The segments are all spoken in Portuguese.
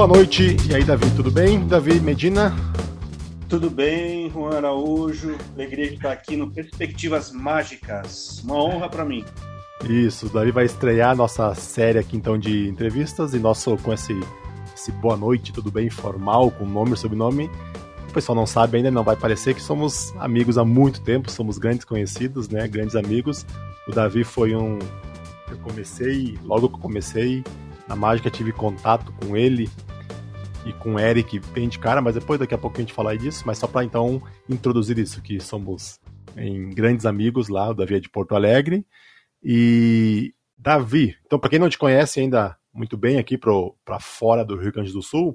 Boa noite, e aí Davi, tudo bem? Davi Medina? Tudo bem, Juan Araújo, alegria de estar aqui no Perspectivas Mágicas, uma honra para mim. Isso, o Davi vai estrear nossa série aqui então de entrevistas, e nosso com esse boa noite, tudo bem, formal, com nome e sobrenome. O pessoal não sabe ainda, não vai parecer que somos amigos há muito tempo, somos grandes conhecidos, né, grandes amigos. O Davi foi logo que eu comecei na mágica, tive contato com ele e com o Eric bem de cara, mas depois daqui a pouco a gente falar disso, mas só para então introduzir isso, que somos grandes amigos lá, o Davi é de Porto Alegre. E Davi, então para quem não te conhece ainda muito bem aqui para fora do Rio Grande do Sul,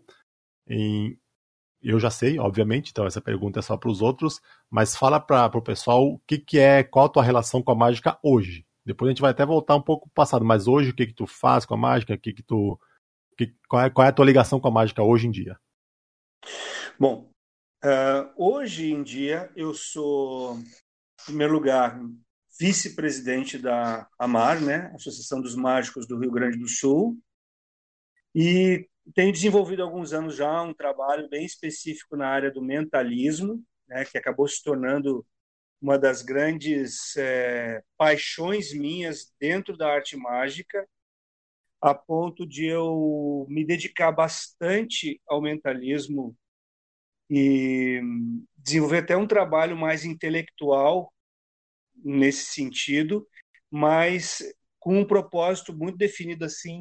eu já sei, obviamente, então essa pergunta é só para os outros, mas fala para o pessoal o que é, qual a tua relação com a mágica hoje. Depois a gente vai até voltar um pouco pro passado, mas hoje o que tu faz com a mágica, qual é a tua ligação com a mágica hoje em dia? Bom, hoje em dia eu sou, em primeiro lugar, vice-presidente da AMAR, né, Associação dos Mágicos do Rio Grande do Sul, e tenho desenvolvido há alguns anos já um trabalho bem específico na área do mentalismo, né, que acabou se tornando uma das grandes paixões minhas dentro da arte mágica, a ponto de eu me dedicar bastante ao mentalismo e desenvolver até um trabalho mais intelectual nesse sentido, mas com um propósito muito definido assim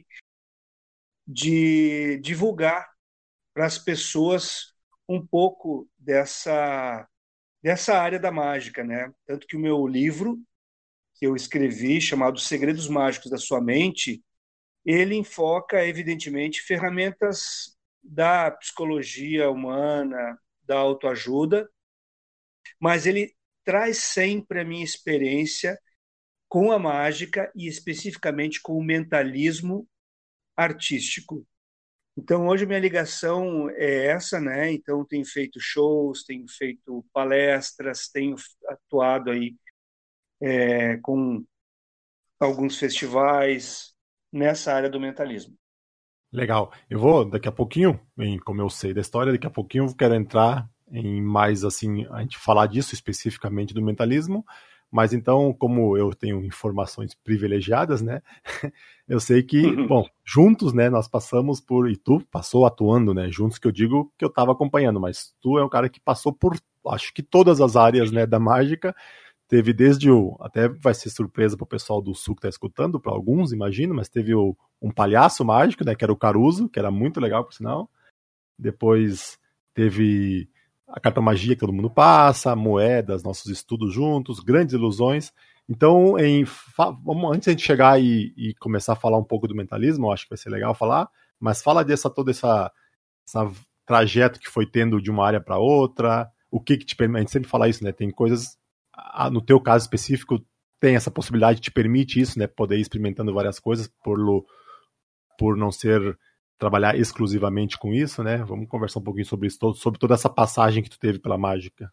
de divulgar para as pessoas um pouco dessa área da mágica, né? Tanto que o meu livro que eu escrevi, chamado Segredos Mágicos da Sua Mente, ele enfoca, evidentemente, ferramentas da psicologia humana, da autoajuda, mas ele traz sempre a minha experiência com a mágica e especificamente com o mentalismo artístico. Então, hoje minha ligação é essa, né? Então, tenho feito shows, tenho feito palestras, tenho atuado aí com alguns festivais nessa área do mentalismo. Legal. Eu vou, daqui a pouquinho, como eu sei da história, daqui a pouquinho eu quero entrar em mais, assim, a gente falar disso especificamente do mentalismo, mas então, como eu tenho informações privilegiadas, né, eu sei que, bom, juntos, né, nós passamos por, e tu passou atuando, né, juntos, que eu digo que eu estava acompanhando, mas tu é um cara que passou por, acho que todas as áreas, né, da mágica. Teve desde até vai ser surpresa para o pessoal do Sul que está escutando, para alguns, imagino, mas teve um palhaço mágico, né, que era o Caruso, que era muito legal, por sinal. Depois teve a cartomagia que todo mundo passa, moedas, nossos estudos juntos, grandes ilusões. Então, antes de a gente chegar e começar a falar um pouco do mentalismo, eu acho que vai ser legal falar, mas fala todo esse trajeto que foi tendo de uma área para outra, o que te permite, a gente sempre fala isso, né, tem coisas, no teu caso específico, tem essa possibilidade, te permite isso, né, poder ir experimentando várias coisas por não trabalhar exclusivamente com isso, né? Vamos conversar um pouquinho sobre isso, sobre toda essa passagem que tu teve pela mágica.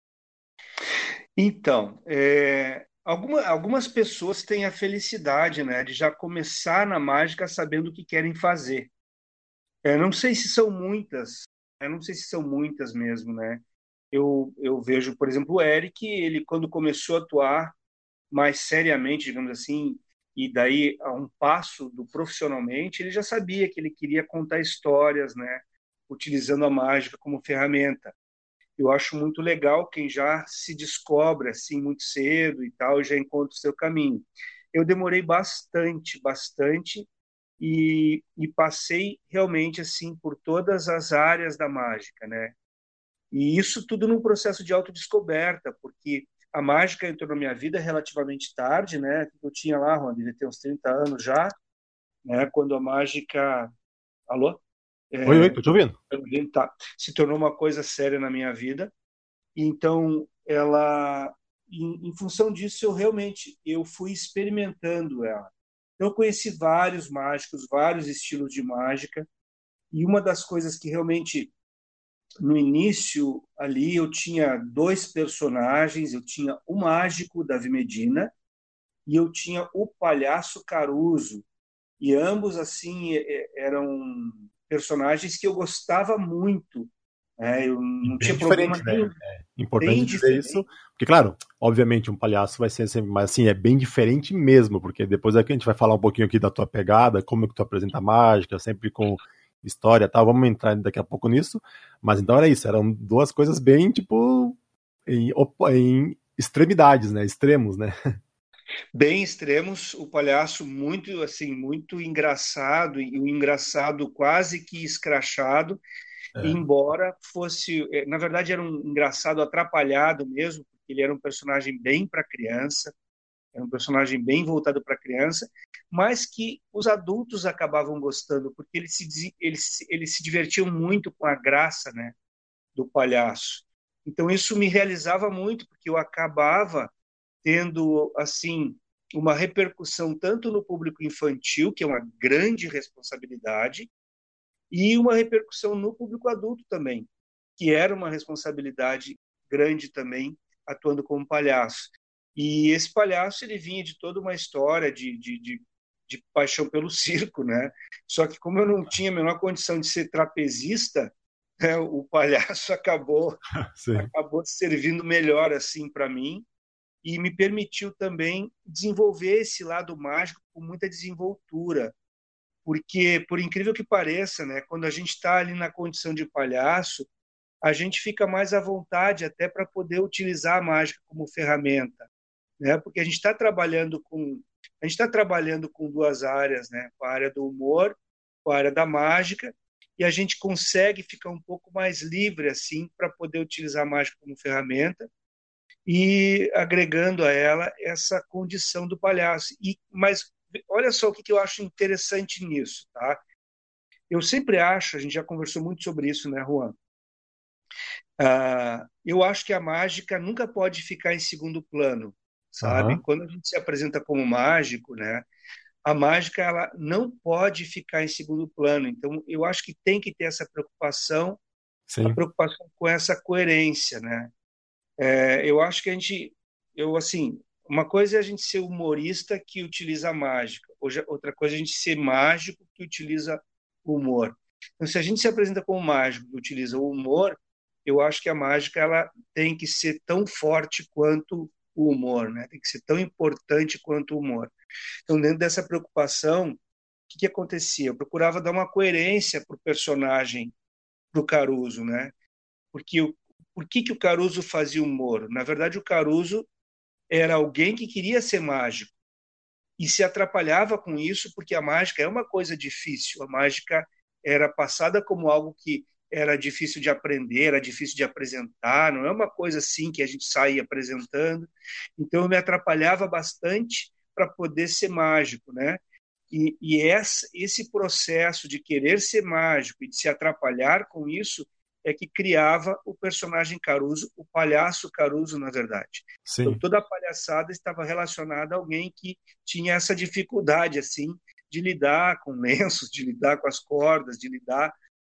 Então, algumas pessoas têm a felicidade, né, de já começar na mágica sabendo o que querem fazer. Não sei se são muitas, não sei se são muitas mesmo, né? Eu vejo, por exemplo, o Eric, ele quando começou a atuar mais seriamente, digamos assim, e daí a um passo do profissionalmente, ele já sabia que ele queria contar histórias, né, utilizando a mágica como ferramenta. Eu acho muito legal quem já se descobre assim muito cedo e tal, e já encontra o seu caminho. Eu demorei bastante, e passei realmente assim por todas as áreas da mágica, né? E isso tudo num processo de autodescoberta, porque a mágica entrou na minha vida relativamente tarde, né? Eu tinha lá, Juan, devia ter uns 30 anos já, né? Quando a mágica... Alô? Oi, tô te ouvindo. Tá. Se tornou uma coisa séria na minha vida. Então, em função disso, eu fui experimentando ela. Então, eu conheci vários mágicos, vários estilos de mágica, e uma das coisas que realmente no início ali eu tinha dois personagens, eu tinha o mágico Davi Medina e eu tinha o palhaço Caruso, e ambos assim eram personagens que eu gostava muito, né? Eu E não bem tinha problema diferente, né? nenhum, É importante bem dizer isso, diferente. porque, claro, obviamente um palhaço vai ser sempre, mas assim, é bem diferente mesmo, porque depois aqui a gente vai falar um pouquinho aqui da tua pegada, como que tu apresenta a mágica, sempre com história e tal, vamos entrar daqui a pouco nisso, mas então era isso, eram duas coisas bem, tipo, em extremidades, né? Extremos, né? Bem extremos, o palhaço muito assim, muito engraçado e o engraçado quase que escrachado, É, embora fosse, na verdade era um engraçado atrapalhado mesmo, porque ele era um personagem bem para criança, era um personagem bem voltado para criança, mas que os adultos acabavam gostando, porque eles se divertiam muito com a graça, né, do palhaço. Então isso me realizava muito, porque eu acabava tendo assim uma repercussão tanto no público infantil, que é uma grande responsabilidade, e uma repercussão no público adulto também, que era uma responsabilidade grande também, atuando como palhaço. E esse palhaço ele vinha de toda uma história de paixão pelo circo, né? Só que como eu não tinha a menor condição de ser trapezista, né, o palhaço sim, acabou servindo melhor assim para mim e me permitiu também desenvolver esse lado mágico com muita desenvoltura, porque por incrível que pareça, né, quando a gente está ali na condição de palhaço, a gente fica mais à vontade até para poder utilizar a mágica como ferramenta, né? Porque a gente está trabalhando com duas áreas, né? Com a área do humor, com a área da mágica, e a gente consegue ficar um pouco mais livre assim para poder utilizar a mágica como ferramenta e agregando a ela essa condição do palhaço. Mas olha só o que eu acho interessante nisso, tá? Eu sempre acho, a gente já conversou muito sobre isso, né, Juan? Eu acho que a mágica nunca pode ficar em segundo plano, sabe? aham, Quando a gente se apresenta como mágico, né? A mágica ela não pode ficar em segundo plano. Então, eu acho que tem que ter essa preocupação, a sim, preocupação com essa coerência, né? Eu acho que assim, uma coisa é a gente ser humorista que utiliza a mágica, outra coisa é a gente ser mágico que utiliza o humor. Então, se a gente se apresenta como mágico que utiliza o humor, eu acho que a mágica ela tem que ser tão forte quanto o humor, né? Tem que ser tão importante quanto o humor. Então, dentro dessa preocupação, o que acontecia? Eu procurava dar uma coerência para o personagem do Caruso, né? Porque por que o Caruso fazia humor? Na verdade, o Caruso era alguém que queria ser mágico e se atrapalhava com isso porque a mágica é uma coisa difícil. A mágica era passada como algo que era difícil de aprender, era difícil de apresentar, não é uma coisa assim que a gente sai apresentando. Então eu me atrapalhava bastante para poder ser mágico, né? Esse processo de querer ser mágico e de se atrapalhar com isso é que criava o personagem Caruso, o palhaço Caruso, na verdade. Então, sim. toda a palhaçada estava relacionada a alguém que tinha essa dificuldade, assim, de lidar com lenços, de lidar com as cordas, de lidar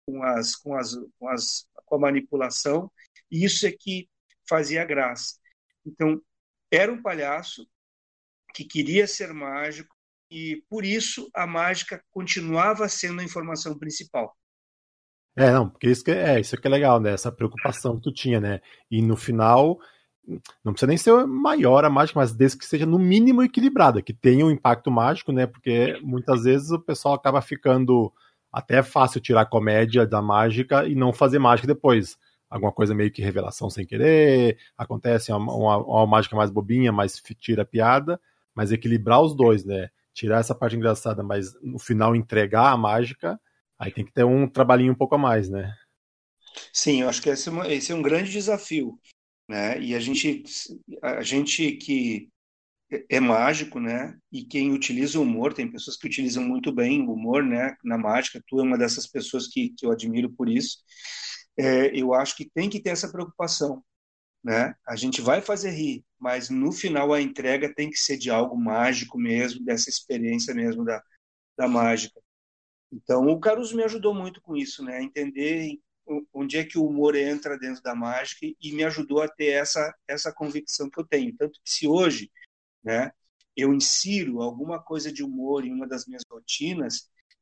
com a manipulação. E isso é que fazia graça. Então, era um palhaço que queria ser mágico e, por isso, a mágica continuava sendo a informação principal. É, não, porque isso que é legal, né? Essa preocupação que tu tinha, né? E no final, não precisa nem ser maior a mágica, mas desde que seja no mínimo equilibrada, que tenha um impacto mágico, né? Porque muitas vezes o pessoal acaba ficando até fácil tirar a comédia da mágica e não fazer mágica depois. Alguma coisa meio que revelação sem querer, acontece uma mágica mais bobinha, mas tira a piada, mas equilibrar os dois, né? Tirar essa parte engraçada, mas no final entregar a mágica, aí tem que ter um trabalhinho um pouco a mais, né? Sim, eu acho que esse é um grande desafio, né? E a gente que é mágico, né? E quem utiliza o humor, tem pessoas que utilizam muito bem o humor, né? Na mágica, tu é uma dessas pessoas que eu admiro por isso. Eu acho que tem que ter essa preocupação, né? A gente vai fazer rir, mas no final a entrega tem que ser de algo mágico mesmo, dessa experiência mesmo da mágica. Então, o Caruso me ajudou muito com isso, né? A entender onde é que o humor entra dentro da mágica e me ajudou a ter essa convicção que eu tenho. Tanto que se hoje, né, eu insiro alguma coisa de humor em uma das minhas rotinas,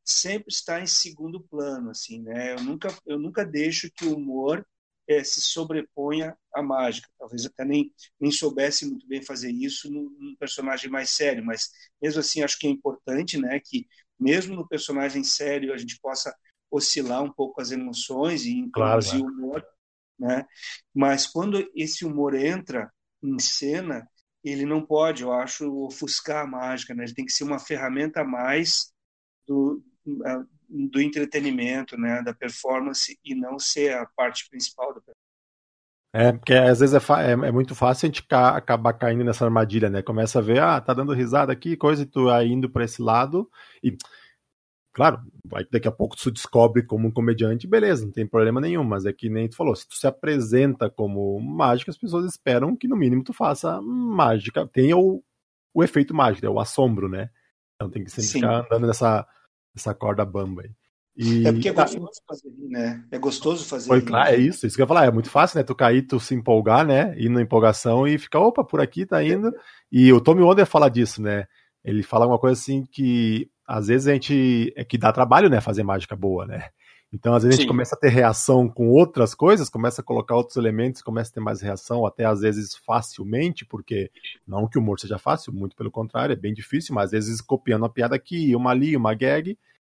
sempre está em segundo plano, assim, né? Eu nunca deixo que o humor se sobreponha à mágica. Talvez até nem soubesse muito bem fazer isso num personagem mais sério, mas mesmo assim acho que é importante, né, que mesmo no personagem sério a gente possa oscilar um pouco as emoções e Claro, introduzir claro. o humor, né? Mas quando esse humor entra em cena, ele não pode, eu acho, ofuscar a mágica, né? Ele tem que ser uma ferramenta a mais do, do entretenimento, né? Da performance e não ser a parte principal da performance. Porque às vezes é muito fácil a gente acabar caindo nessa armadilha, né? Começa a ver, tá dando risada aqui, coisa, e tu aí indo pra esse lado. E, claro, daqui a pouco tu se descobre como um comediante, beleza, não tem problema nenhum, mas é que nem tu falou, se tu se apresenta como mágico, as pessoas esperam que no mínimo tu faça mágica, tenha o efeito mágico, o assombro, né? Então tem que sempre Sim, ficar andando nessa corda bamba aí. é E porque é tá, gostoso fazer rir, né? É gostoso fazer foi rir, claro, é né? isso que eu ia falar, é muito fácil, né? Tu cair, tu se empolgar, né? Ir na empolgação e ficar, opa, por aqui tá indo. E o Tommy Wonder fala disso, né? Ele fala uma coisa assim que às vezes a gente é que dá trabalho, né, fazer mágica boa, né? Então, às vezes a gente Sim, começa a ter reação com outras coisas, começa a colocar outros elementos, começa a ter mais reação, até às vezes facilmente, porque não que o humor seja fácil, muito pelo contrário, é bem difícil, mas às vezes copiando uma piada aqui, uma ali, uma gag,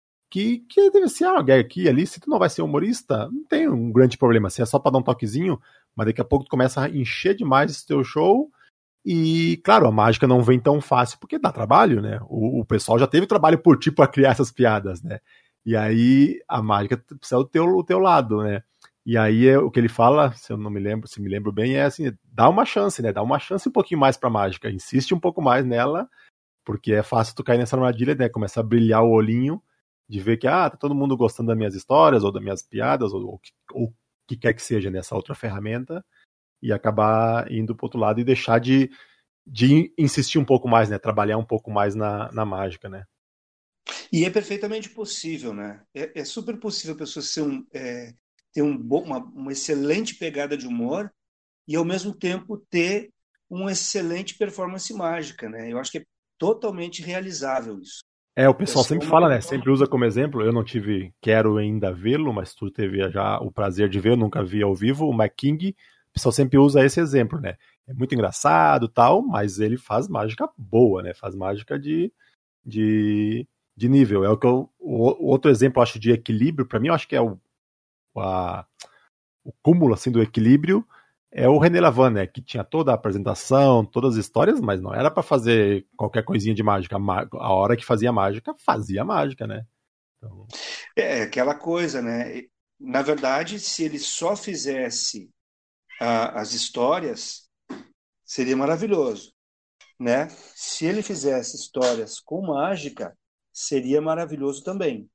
que deve ser uma gag aqui e ali, se tu não vai ser humorista, não tem um grande problema, se é só pra dar um toquezinho, mas daqui a pouco tu começa a encher demais esse teu show, e, claro, a mágica não vem tão fácil porque dá trabalho, né? O pessoal já teve trabalho por ti pra criar essas piadas, né? E aí a mágica precisa do teu lado, né? E aí o que ele fala, se eu não me lembro, se me lembro bem, é assim, dá uma chance, né? Dá uma chance um pouquinho mais pra mágica, insiste um pouco mais nela, porque é fácil tu cair nessa armadilha, né? Começar a brilhar o olhinho de ver que, tá todo mundo gostando das minhas histórias, ou das minhas piadas, ou que quer que seja nessa outra ferramenta, e acabar indo pro outro lado e deixar de insistir um pouco mais, né? Trabalhar um pouco mais na mágica, né? e é perfeitamente possível, né? É super possível a pessoa ter uma excelente pegada de humor e, ao mesmo tempo, ter uma excelente performance mágica, né? Eu acho que é totalmente realizável isso. O É pessoal só sempre uma fala, né? questão. Sempre usa como exemplo. Eu não tive, quero ainda vê-lo, mas tu teve já o prazer de ver, eu nunca vi ao vivo. O Mike King, o pessoal sempre usa esse exemplo, né? É muito engraçado tal, mas ele faz mágica boa, né? Faz mágica de, de nível. É o outro exemplo, eu acho, de equilíbrio, para mim, eu acho que é a, o cúmulo assim do equilíbrio é o René Lavan, né? Que tinha toda a apresentação, todas as histórias, mas não era para fazer qualquer coisinha de mágica. A hora que fazia mágica, né? Então, É aquela coisa, né? Na verdade, se ele só fizesse as histórias, seria maravilhoso, né? Se ele fizesse histórias com mágica, seria maravilhoso também,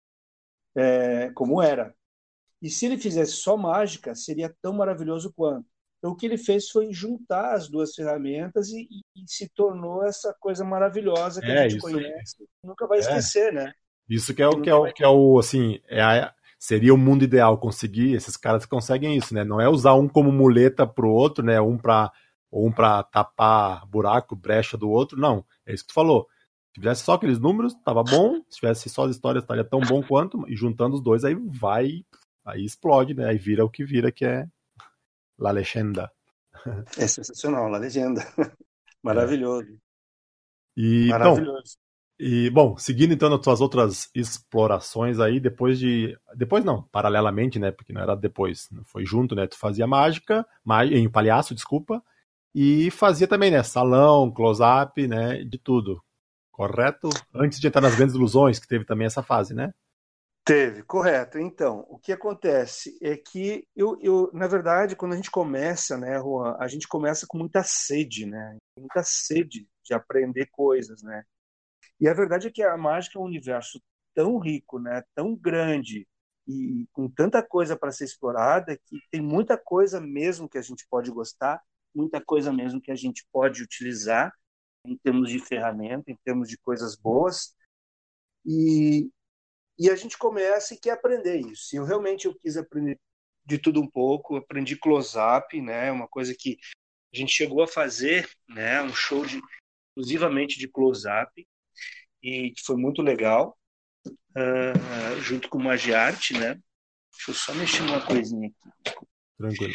como era. E se ele fizesse só mágica, seria tão maravilhoso quanto. Então, o que ele fez foi juntar as duas ferramentas e se tornou essa coisa maravilhosa que a gente isso aí. conhece e nunca vai É. esquecer, né? Isso que é Que o que nunca é o vai... que é o assim, seria o mundo ideal conseguir, esses caras conseguem isso, né? Não é usar um como muleta pro outro, né? Um para tapar buraco, brecha do outro, não. É isso que tu falou. Se tivesse só aqueles números, tava bom. Se tivesse só as histórias, estaria tão bom quanto. E juntando os dois, aí explode, né? Aí vira o que vira, que é La Leyenda. É sensacional, a legenda. É. Maravilhoso. E, bom, Maravilhoso. seguindo então nas tuas outras explorações aí, depois não, paralelamente, né, porque não era depois, foi junto, né, tu fazia mágica, em palhaço, desculpa, e fazia também, né, salão, close-up, né, de tudo, correto? Antes de entrar nas grandes ilusões, que teve também essa fase, né? Teve, correto. Então, o que acontece é que na verdade, quando a gente começa, né, Juan, a gente começa com muita sede, né? Muita sede de aprender coisas, né? E a verdade é que a mágica é um universo tão rico, né? Tão grande e com tanta coisa para ser explorada que tem muita coisa mesmo que a gente pode gostar, muita coisa mesmo que a gente pode utilizar em termos de ferramenta, em termos de coisas boas. E, e a gente começa e quer aprender isso. Eu quis aprender de tudo um pouco, aprendi close-up, né? Uma coisa que a gente chegou a fazer, né? Um show exclusivamente de close-up e que foi muito legal. junto com o Magiarte, né? Deixa eu só mexer numa coisinha aqui. Tranquilo.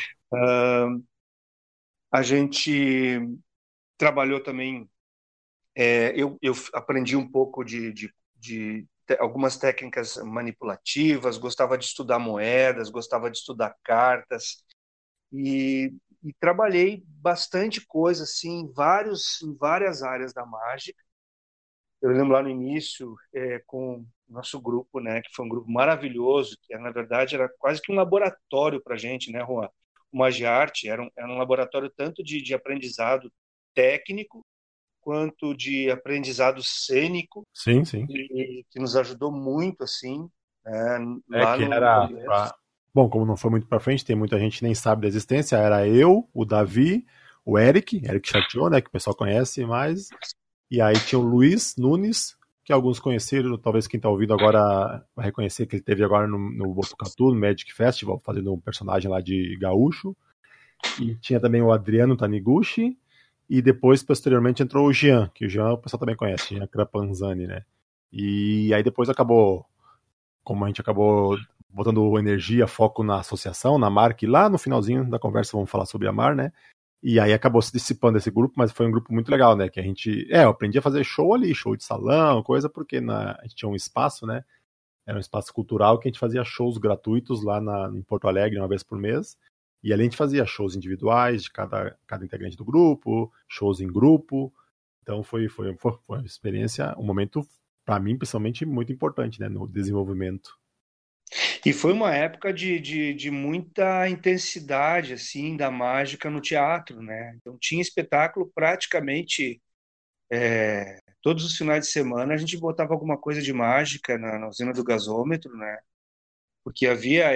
A gente trabalhou também. Eu aprendi um pouco de algumas técnicas manipulativas, gostava de estudar moedas, gostava de estudar cartas e trabalhei bastante coisa assim em várias áreas da mágica. Eu lembro lá no início com o nosso grupo, né, que foi um grupo maravilhoso, que na verdade era quase que um laboratório para a gente, né, Juan? O Magiarte era um laboratório tanto de aprendizado técnico quanto de aprendizado cênico, Sim, sim. que nos ajudou muito, assim, lá Que no era. começo. Bom, como não foi muito pra frente, tem muita gente que nem sabe da existência. Era eu, o Davi, o Eric Chateau, né? Que o pessoal conhece mais. E aí tinha o Luiz Nunes, que alguns conheceram, talvez quem tá ouvindo agora vai reconhecer que ele teve agora no Botucatu, no Magic Festival, fazendo um personagem lá de gaúcho. E tinha também o Adriano Taniguchi. E depois, posteriormente, entrou o Jean, que o Jean o pessoal também conhece, Jean Crapanzani, né? E aí depois acabou, como a gente acabou botando energia, foco na associação, na marca, e lá no finalzinho da conversa vamos falar sobre a Mar, né? E aí acabou se dissipando esse grupo, mas foi um grupo muito legal, né? Que a gente, eu aprendi a fazer show ali, show de salão, coisa, porque a gente tinha um espaço, né? Era um espaço cultural que a gente fazia shows gratuitos lá em Porto Alegre, uma vez por mês. E ali a gente fazia shows individuais de cada integrante do grupo, shows em grupo. Então foi uma experiência, um momento, para mim, pessoalmente, muito importante, né? No desenvolvimento. E foi uma época de muita intensidade, assim, da mágica no teatro, né? Então tinha espetáculo praticamente todos os finais de semana, a gente botava alguma coisa de mágica na usina do gasômetro, né? Porque havia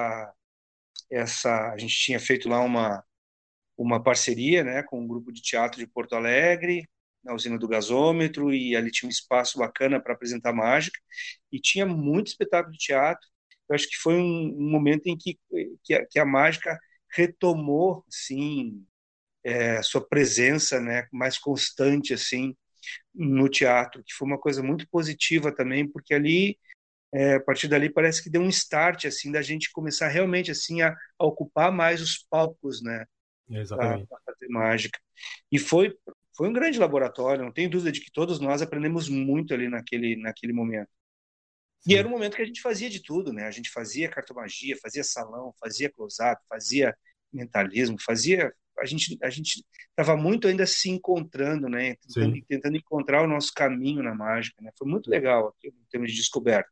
a gente tinha feito lá uma parceria, né, com um grupo de teatro de Porto Alegre, na usina do gasômetro, e ali tinha um espaço bacana para apresentar mágica, e tinha muito espetáculo de teatro. Eu acho que foi um momento em que a mágica retomou, assim, sua presença, né, mais constante, assim, no teatro, que foi uma coisa muito positiva também, porque ali a partir dali parece que deu um start assim da gente começar realmente assim a ocupar mais os palcos, né, para Exatamente. fazer mágica. E foi um grande laboratório, não tenho dúvida de que todos nós aprendemos muito ali naquele momento. E era Sim. um momento que a gente fazia de tudo, né? A gente fazia cartomagia, fazia salão, fazia close-up, fazia mentalismo, fazia. A gente estava muito ainda se encontrando, né? Sim. Tentando encontrar o nosso caminho na mágica, né? Foi muito legal aqui, em termos de descoberta.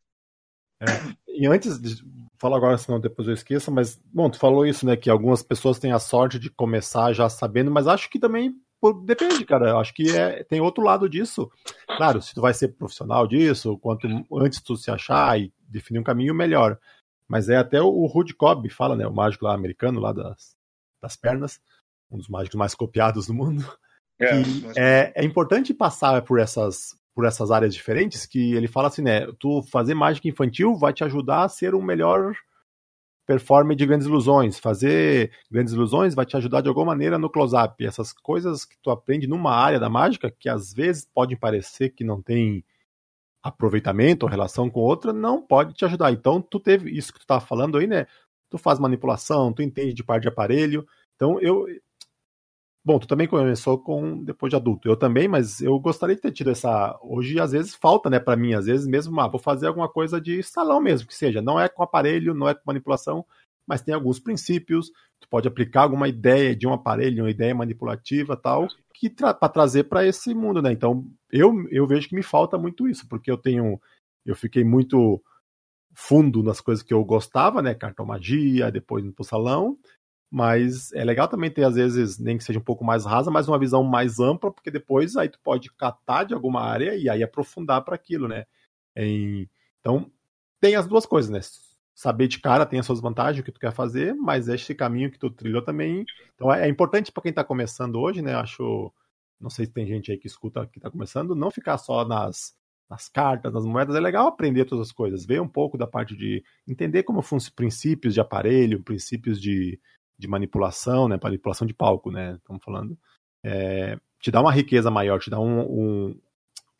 E antes de falar agora, senão depois eu esqueça, mas, bom, tu falou isso, né, que algumas pessoas têm a sorte de começar já sabendo, mas acho que também depende, cara, eu acho que tem outro lado disso. Claro, se tu vai ser profissional disso, quanto antes tu se achar e definir um caminho, melhor. Mas até o Rudy Cobb fala, né, o mágico lá americano, lá das pernas, um dos mágicos mais copiados do mundo, que é importante passar por essas áreas diferentes, que ele fala assim, né, tu fazer mágica infantil vai te ajudar a ser um melhor performer de grandes ilusões, fazer grandes ilusões vai te ajudar de alguma maneira no close-up, essas coisas que tu aprende numa área da mágica, que às vezes podem parecer que não tem aproveitamento ou relação com outra, não pode te ajudar. Então tu teve isso que tu tava falando aí, né, tu faz manipulação, tu entende de parte de aparelho, então Bom, tu também começou depois de adulto. Eu também, mas eu gostaria de ter tido essa. Hoje, às vezes, falta, né, pra mim. Às vezes mesmo, vou fazer alguma coisa de salão mesmo, que seja. Não é com aparelho, não é com manipulação, mas tem alguns princípios. Tu pode aplicar alguma ideia de um aparelho, uma ideia manipulativa tal, que para trazer para esse mundo, né? Então, eu vejo que me falta muito isso, porque eu fiquei muito fundo nas coisas que eu gostava, né? Cartomagia, depois no salão. Mas é legal também ter, às vezes, nem que seja um pouco mais rasa, mas uma visão mais ampla, porque depois aí tu pode catar de alguma área e aí aprofundar para aquilo, né? Então, tem as duas coisas, né? Saber de cara tem as suas vantagens, o que tu quer fazer, mas esse caminho que tu trilhou também. Então, é importante para quem está começando hoje, né? Acho. Não sei se tem gente aí que escuta que está começando, não ficar só nas cartas, nas moedas. É legal aprender todas as coisas, ver um pouco da parte de entender como funcionam princípios de aparelho, princípios de manipulação, né, manipulação de palco, né, estamos falando, te dá uma riqueza maior, te dá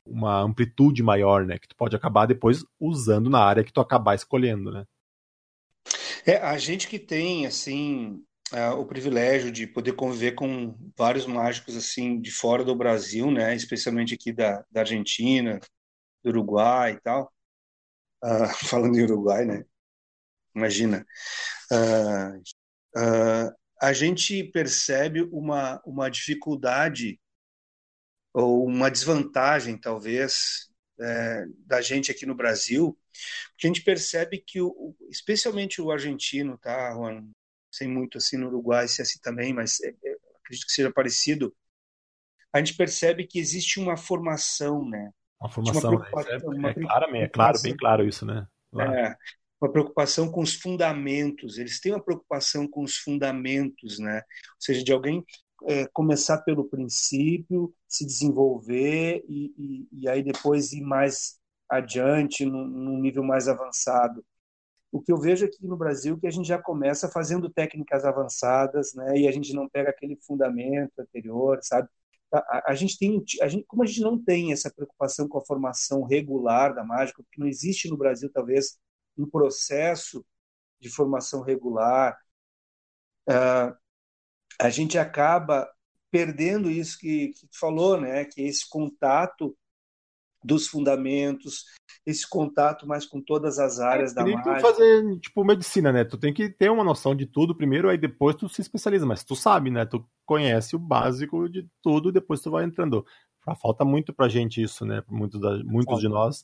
uma amplitude maior, né? Que tu pode acabar depois usando na área que tu acabar escolhendo, né? A gente que tem, assim, o privilégio de poder conviver com vários mágicos, assim, de fora do Brasil, né? Especialmente aqui da Argentina, do Uruguai e tal. Falando em Uruguai, né? Imagina. Ah, a gente percebe uma dificuldade ou uma desvantagem, talvez, da gente aqui no Brasil, porque a gente percebe que, especialmente o argentino, tá, Juan? Sei muito assim no Uruguai, se é assim também, mas acredito que seja parecido. A gente percebe que existe uma formação, né? Uma Existe uma formação, né? Isso preocupação, é claro, bem preocupação, claro isso, né? Claro. é, uma preocupação com os fundamentos. Eles têm uma preocupação com os fundamentos, né? Ou seja, de alguém começar pelo princípio, se desenvolver e aí depois ir mais adiante, num nível mais avançado. O que eu vejo aqui no Brasil é que a gente já começa fazendo técnicas avançadas, né? E a gente não pega aquele fundamento anterior, sabe? A gente tem, como a gente não tem essa preocupação com a formação regular da mágica, porque não existe no Brasil talvez um processo de formação regular, a gente acaba perdendo isso que tu falou, né? Que é esse contato dos fundamentos, esse contato mais com todas as áreas Que da nem tu mágica. fazer, tipo, medicina, né? Tu tem que ter uma noção de tudo primeiro, aí depois tu se especializa, mas tu sabe, né? Tu conhece o básico de tudo, depois tu vai entrando. Falta muito pra gente isso, né? Muitos de nós.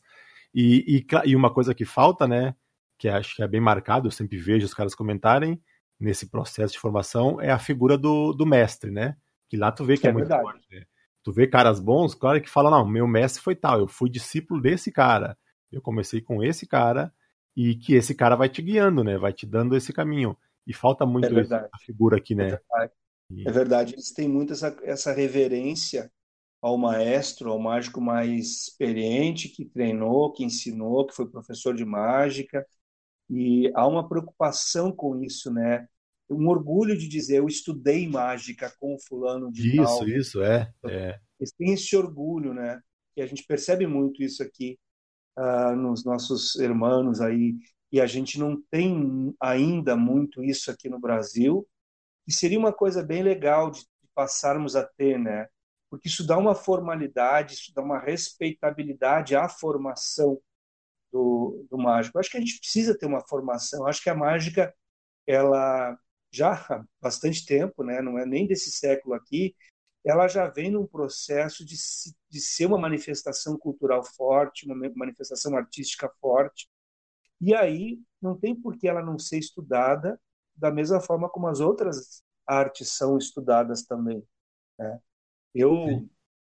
E uma coisa que falta, né? Que acho que é bem marcado, eu sempre vejo os caras comentarem nesse processo de formação, é a figura do mestre, né? Que lá tu vê que é É muito verdade. forte, né? Tu vê caras bons, cara que fala, não, meu mestre foi tal, eu fui discípulo desse cara, eu comecei com esse cara, e que esse cara vai te guiando, né? Vai te dando esse caminho. E falta É muito isso, verdade. a figura aqui, É né? verdade. É E verdade. Eles têm muito essa reverência ao maestro, ao mágico mais experiente, que treinou, que ensinou, que foi professor de mágica. E há uma preocupação com isso, né? Um orgulho de dizer, eu estudei mágica com o fulano de tal. isso, é. Eles têm esse orgulho, né? E a gente percebe muito isso aqui nos nossos irmãos aí. E a gente não tem ainda muito isso aqui no Brasil. E seria uma coisa bem legal de passarmos a ter, né? Porque isso dá uma formalidade, isso dá uma respeitabilidade à formação do mágico. Eu acho que a gente precisa ter uma formação. Eu acho que a mágica, ela já há bastante tempo, né? Não é nem desse século aqui, ela já vem num processo de ser uma manifestação cultural forte, uma manifestação artística forte. E aí não tem por que ela não ser estudada da mesma forma como as outras artes são estudadas também, né? Sim. Eu,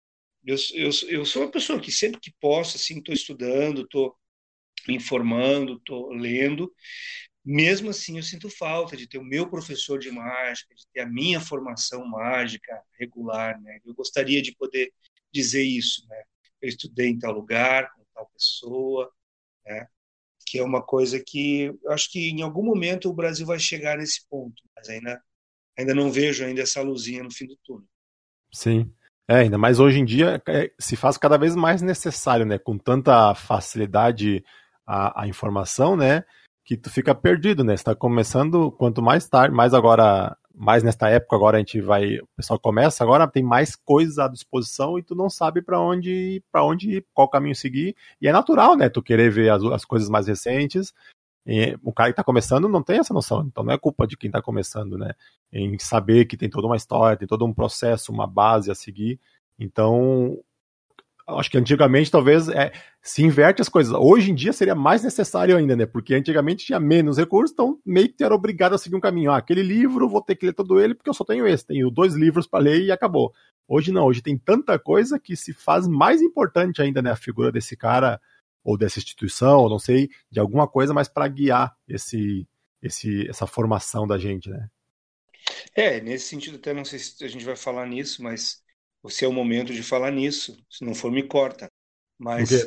eu sou uma pessoa que sempre que posso, assim, estou estudando, estou me informando, estou lendo. Mesmo assim, eu sinto falta de ter o meu professor de mágica, de ter a minha formação mágica regular, né? Eu gostaria de poder dizer isso, né? Eu estudei em tal lugar, com tal pessoa, né? Que é uma coisa que eu acho que em algum momento o Brasil vai chegar nesse ponto, mas ainda não vejo ainda essa luzinha no fim do túnel. Sim. Ainda mais hoje em dia se faz cada vez mais necessário, né? Com tanta facilidade a informação, né? Que tu fica perdido, né? Você tá começando, quanto mais tarde, mais agora, mais nesta época agora a gente vai, o pessoal começa, agora tem mais coisas à disposição e tu não sabe para onde ir, qual caminho seguir. E é natural, né? Tu querer ver as coisas mais recentes. E o cara que está começando não tem essa noção, então não é culpa de quem está começando, né? Em saber que tem toda uma história, tem todo um processo, uma base a seguir. Então, acho que antigamente talvez se inverte as coisas. Hoje em dia seria mais necessário ainda, né? Porque antigamente tinha menos recursos, então meio que era obrigado a seguir um caminho. Aquele livro, vou ter que ler todo ele porque eu só tenho esse. Tenho 2 livros para ler e acabou. Hoje não, hoje tem tanta coisa que se faz mais importante ainda, né? A figura desse cara ou dessa instituição, ou não sei, de alguma coisa, mas para guiar essa formação da gente, né? Nesse sentido, até não sei se a gente vai falar nisso, mas você é o momento de falar nisso. Se não for, me corta. Do que? Mas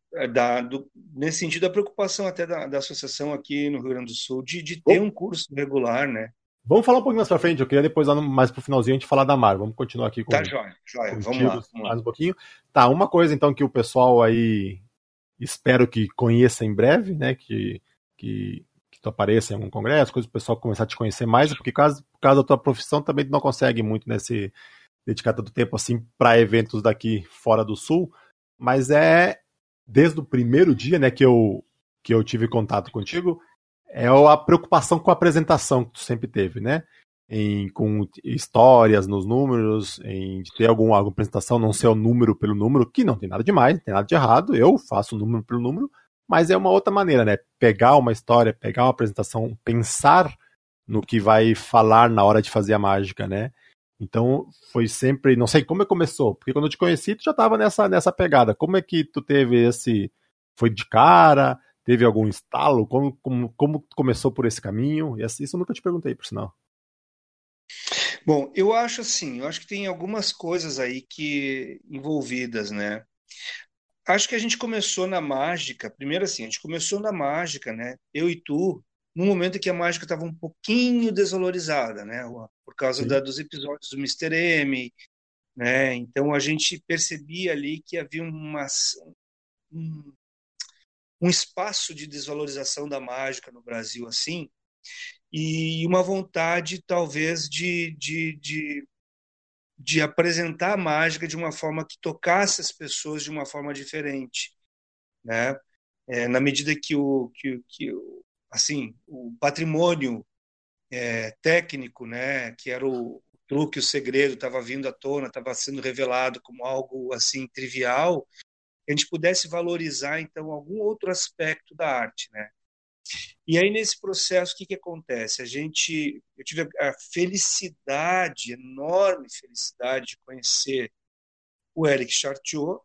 nesse sentido, a preocupação até da associação aqui no Rio Grande do Sul de ter um curso regular, né? Vamos falar um pouquinho mais pra frente. Eu queria depois, mais pro finalzinho, a gente falar da Marvel. Vamos continuar aqui Tá, joia. Vamos lá. mais um pouquinho. Tá, uma coisa então que o pessoal aí espero que conheça em breve, né? Que tu apareça em algum congresso, coisa o pessoal começar a te conhecer mais, porque por causa da tua profissão também tu não consegue muito nesse dedicar tanto tempo assim para eventos daqui fora do Sul, mas desde o primeiro dia, né, que eu tive contato contigo, é a preocupação com a apresentação que tu sempre teve, né? Com histórias nos números, em ter alguma apresentação, não ser o número pelo número, que não tem nada de mais, não tem nada de errado, eu faço o número pelo número, mas é uma outra maneira, né? Pegar uma história, pegar uma apresentação, pensar no que vai falar na hora de fazer a mágica, né? Então, foi sempre, não sei como começou, porque quando eu te conheci, tu já estava nessa pegada. Como é que tu teve foi de cara? Teve algum estalo? Como tu começou por esse caminho? E assim, isso eu nunca te perguntei, por sinal. Bom, eu acho que tem algumas coisas aí envolvidas, né? Acho que a gente começou na mágica, primeiro assim, a gente começou na mágica, né? Eu e tu, no momento em que a mágica estava um pouquinho desvalorizada, né? Por causa dos episódios do Mister M, né? Então a gente percebia ali que havia um espaço de desvalorização da mágica no Brasil, assim, e uma vontade, talvez, de apresentar a mágica de uma forma que tocasse as pessoas de uma forma diferente, né? Na medida que o patrimônio técnico, né, que era o truque, o segredo, estava vindo à tona, estava sendo revelado como algo assim trivial, que a gente pudesse valorizar então algum outro aspecto da arte, né? E aí nesse processo o que acontece? Eu tive a felicidade, enorme felicidade de conhecer o Eric Chartiot,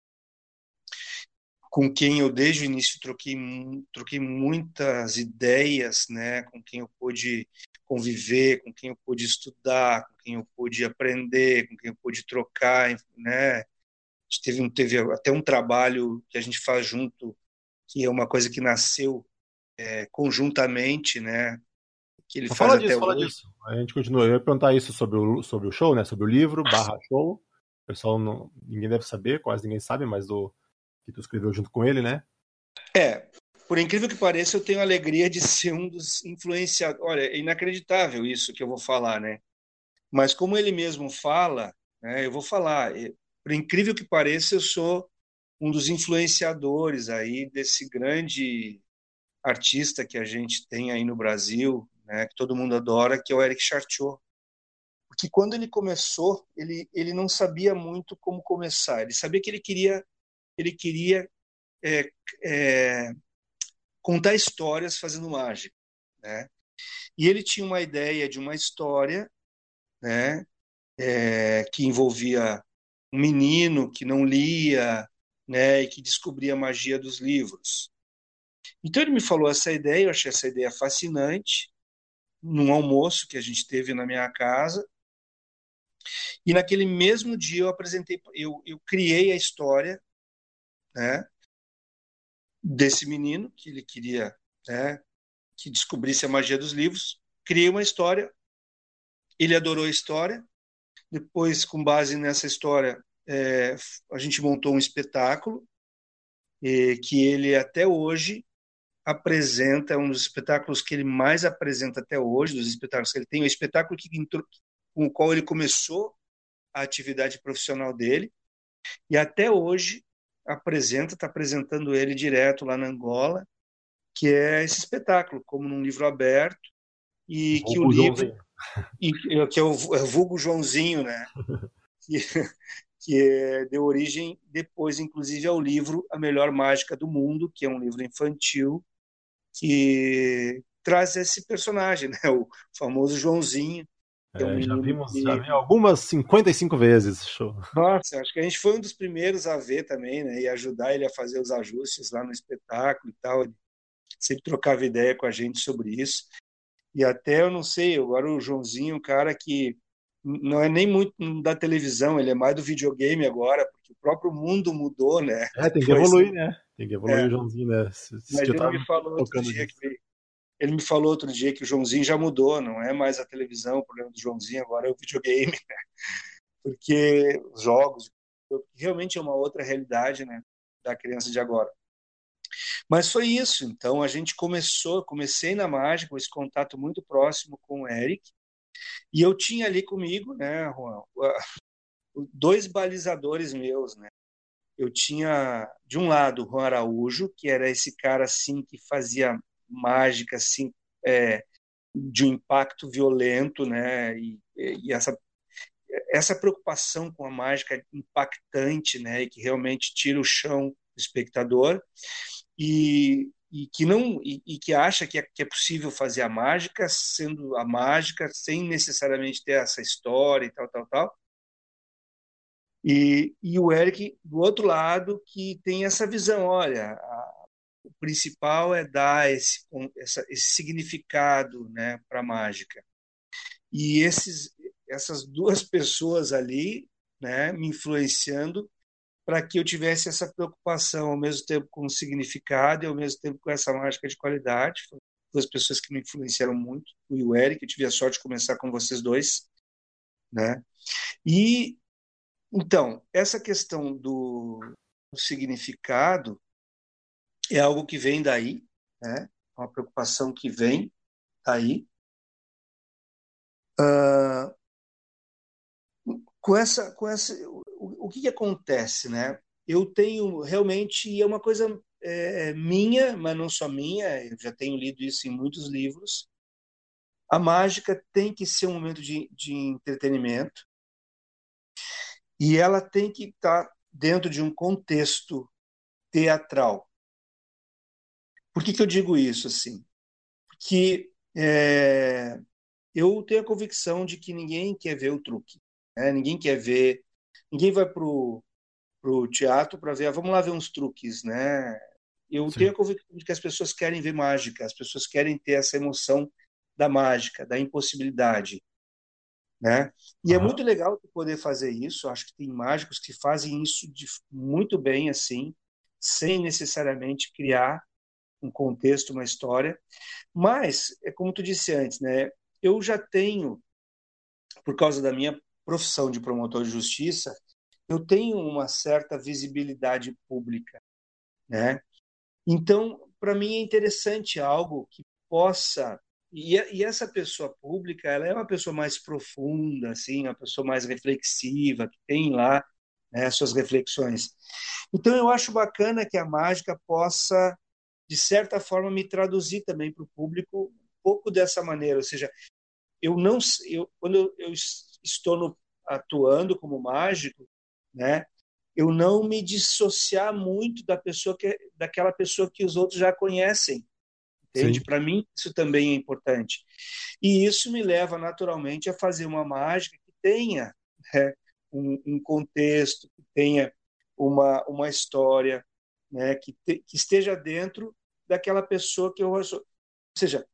com quem eu desde o início troquei muitas ideias, né? Com quem eu pude conviver, com quem eu pude estudar, com quem eu pude aprender, com quem eu pude trocar, né? A gente teve até um trabalho que a gente faz junto, que é uma coisa que nasceu conjuntamente, né? Que ele faz até Fala hoje. disso. A gente continua. Eu ia perguntar isso sobre o show, né? Sobre o livro, /show. O pessoal ninguém deve saber, quase ninguém sabe, mas que tu escreveu junto com ele, né? Por incrível que pareça, eu tenho a alegria de ser um dos influenciadores. Olha, é inacreditável isso que eu vou falar, né? Mas como ele mesmo fala, né, eu vou falar. Por incrível que pareça, eu sou um dos influenciadores aí desse grande artista que a gente tem aí no Brasil, né, que todo mundo adora, que é o Eric Chartiot. Porque quando ele começou, ele não sabia muito como começar. Ele sabia que ele queria é, é, contar histórias fazendo mágica, né? E ele tinha uma ideia de uma história, né, que envolvia um menino que não lia, né, e que descobria a magia dos livros. Então ele me falou essa ideia, eu achei essa ideia fascinante, num almoço que a gente teve na minha casa, e naquele mesmo dia eu criei a história, né, desse menino que ele queria, né, que descobrisse a magia dos livros, criei uma história, ele adorou a história, depois, com base nessa história, a gente montou um espetáculo que ele até hoje apresenta, é um dos espetáculos que ele mais apresenta até hoje, dos espetáculos que ele tem, o espetáculo com o qual ele começou a atividade profissional dele, e até hoje está apresentando ele direto lá na Angola, que é esse espetáculo, como num livro aberto, e que o livro, que é o vulgo Joãozinho, né? Que deu origem depois, inclusive, ao livro A Melhor Mágica do Mundo, que é um livro infantil, que traz esse personagem, né? O famoso Joãozinho, que é um Já menino vimos que... algumas 55 vezes. Show. Nossa, acho que a gente foi um dos primeiros a ver também, né? E ajudar ele a fazer os ajustes lá no espetáculo e tal. Ele sempre trocava ideia com a gente sobre isso. E até, eu não sei, agora o Joãozinho, um cara que não é nem muito da televisão, ele é mais do videogame agora, porque o próprio mundo mudou, né? Tem que Depois, evoluir, né? Tem que evoluir é, o Joãozinho, né? Se mas eu ele tava me falou outro tocando dia disso. que Ele me falou outro dia que o Joãozinho já mudou, não é mais a televisão, o problema do Joãozinho agora é o videogame, porque os jogos realmente é uma outra realidade, né, da criança de agora. Mas foi isso. Então a gente comecei na mágica, com esse contato muito próximo com o Eric, e eu tinha ali comigo, né, Juan, dois balizadores meus, né? Eu tinha de um lado o Juan Araújo, que era esse cara assim que fazia mágica assim, de um impacto violento, né? E essa preocupação com a mágica impactante, né? E que realmente tira o chão do espectador e que não e que acha que é possível fazer a mágica sendo a mágica sem necessariamente ter essa história e tal, tal, tal. E o Eric, do outro lado, que tem essa visão, olha, o principal é dar esse significado, né, para a mágica. E essas duas pessoas ali, né, me influenciando para que eu tivesse essa preocupação ao mesmo tempo com o significado e ao mesmo tempo com essa mágica de qualidade. Foram duas pessoas que me influenciaram muito, o Eric, eu tive a sorte de começar com vocês dois, né? E então, essa questão do significado é algo que vem daí, né? Uma preocupação que vem daí. Uh, o que acontece, né? Eu tenho realmente, é uma coisa minha, mas não só minha, eu já tenho lido isso em muitos livros. A mágica tem que ser um momento de entretenimento e ela tem que estar dentro de um contexto teatral. Por que eu digo isso assim? Porque eu tenho a convicção de que ninguém quer ver o truque, né? Ninguém vai pro teatro para ver, vamos lá ver uns truques, né? Eu tenho a Sim. convicção de que as pessoas querem ver mágica, as pessoas querem ter essa emoção da mágica, da impossibilidade, né? E é Aham. muito legal poder fazer isso. Acho que tem mágicos que fazem isso muito bem, assim, sem necessariamente criar um contexto, uma história. Mas, é como tu disse antes, né? Eu já tenho, por causa da minha profissão de promotor de justiça, eu tenho uma certa visibilidade pública, né? Então, para mim é interessante algo que possa e essa pessoa pública, ela é uma pessoa mais profunda, assim, uma pessoa mais reflexiva, que tem lá, né, suas reflexões. Então, eu acho bacana que a mágica possa, de certa forma, me traduzir também para o público um pouco dessa maneira, ou seja, eu não quando eu estou atuando como mágico, né, eu não me dissociar muito daquela pessoa que os outros já conhecem, entende? Sim. Para mim isso também é importante e isso me leva naturalmente a fazer uma mágica que tenha, né, um contexto, que tenha uma história, né, que esteja dentro daquela pessoa que eu sou. Ou seja,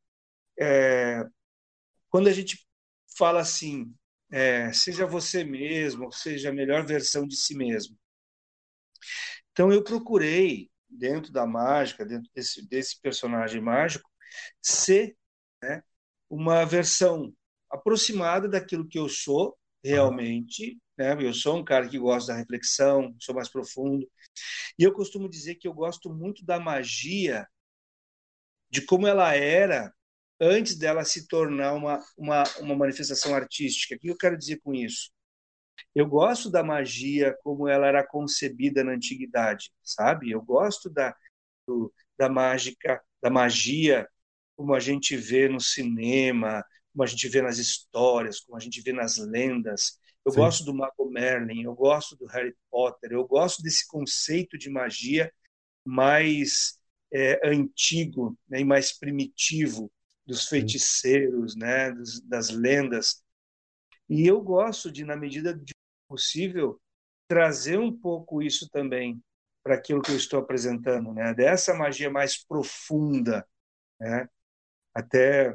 quando a gente fala assim, seja você mesmo, ou seja a melhor versão de si mesmo. Então eu procurei, dentro da mágica, dentro desse personagem mágico, ser, né, uma versão aproximada daquilo que eu sou Aham. realmente, né? Eu sou um cara que gosta da reflexão, sou mais profundo, e eu costumo dizer que eu gosto muito da magia, de como ela era antes dela se tornar uma manifestação artística. O que eu quero dizer com isso? Eu gosto da magia como ela era concebida na antiguidade, sabe? Eu gosto da mágica, da magia como a gente vê no cinema, como a gente vê nas histórias, como a gente vê nas lendas. Eu Sim. gosto do Mago Merlin, eu gosto do Harry Potter, eu gosto desse conceito de magia mais antigo, né, e mais primitivo dos Sim. feiticeiros, né, das lendas. E eu gosto de, na medida do possível, trazer um pouco isso também para aquilo que eu estou apresentando, né? Dessa magia mais profunda, né? Até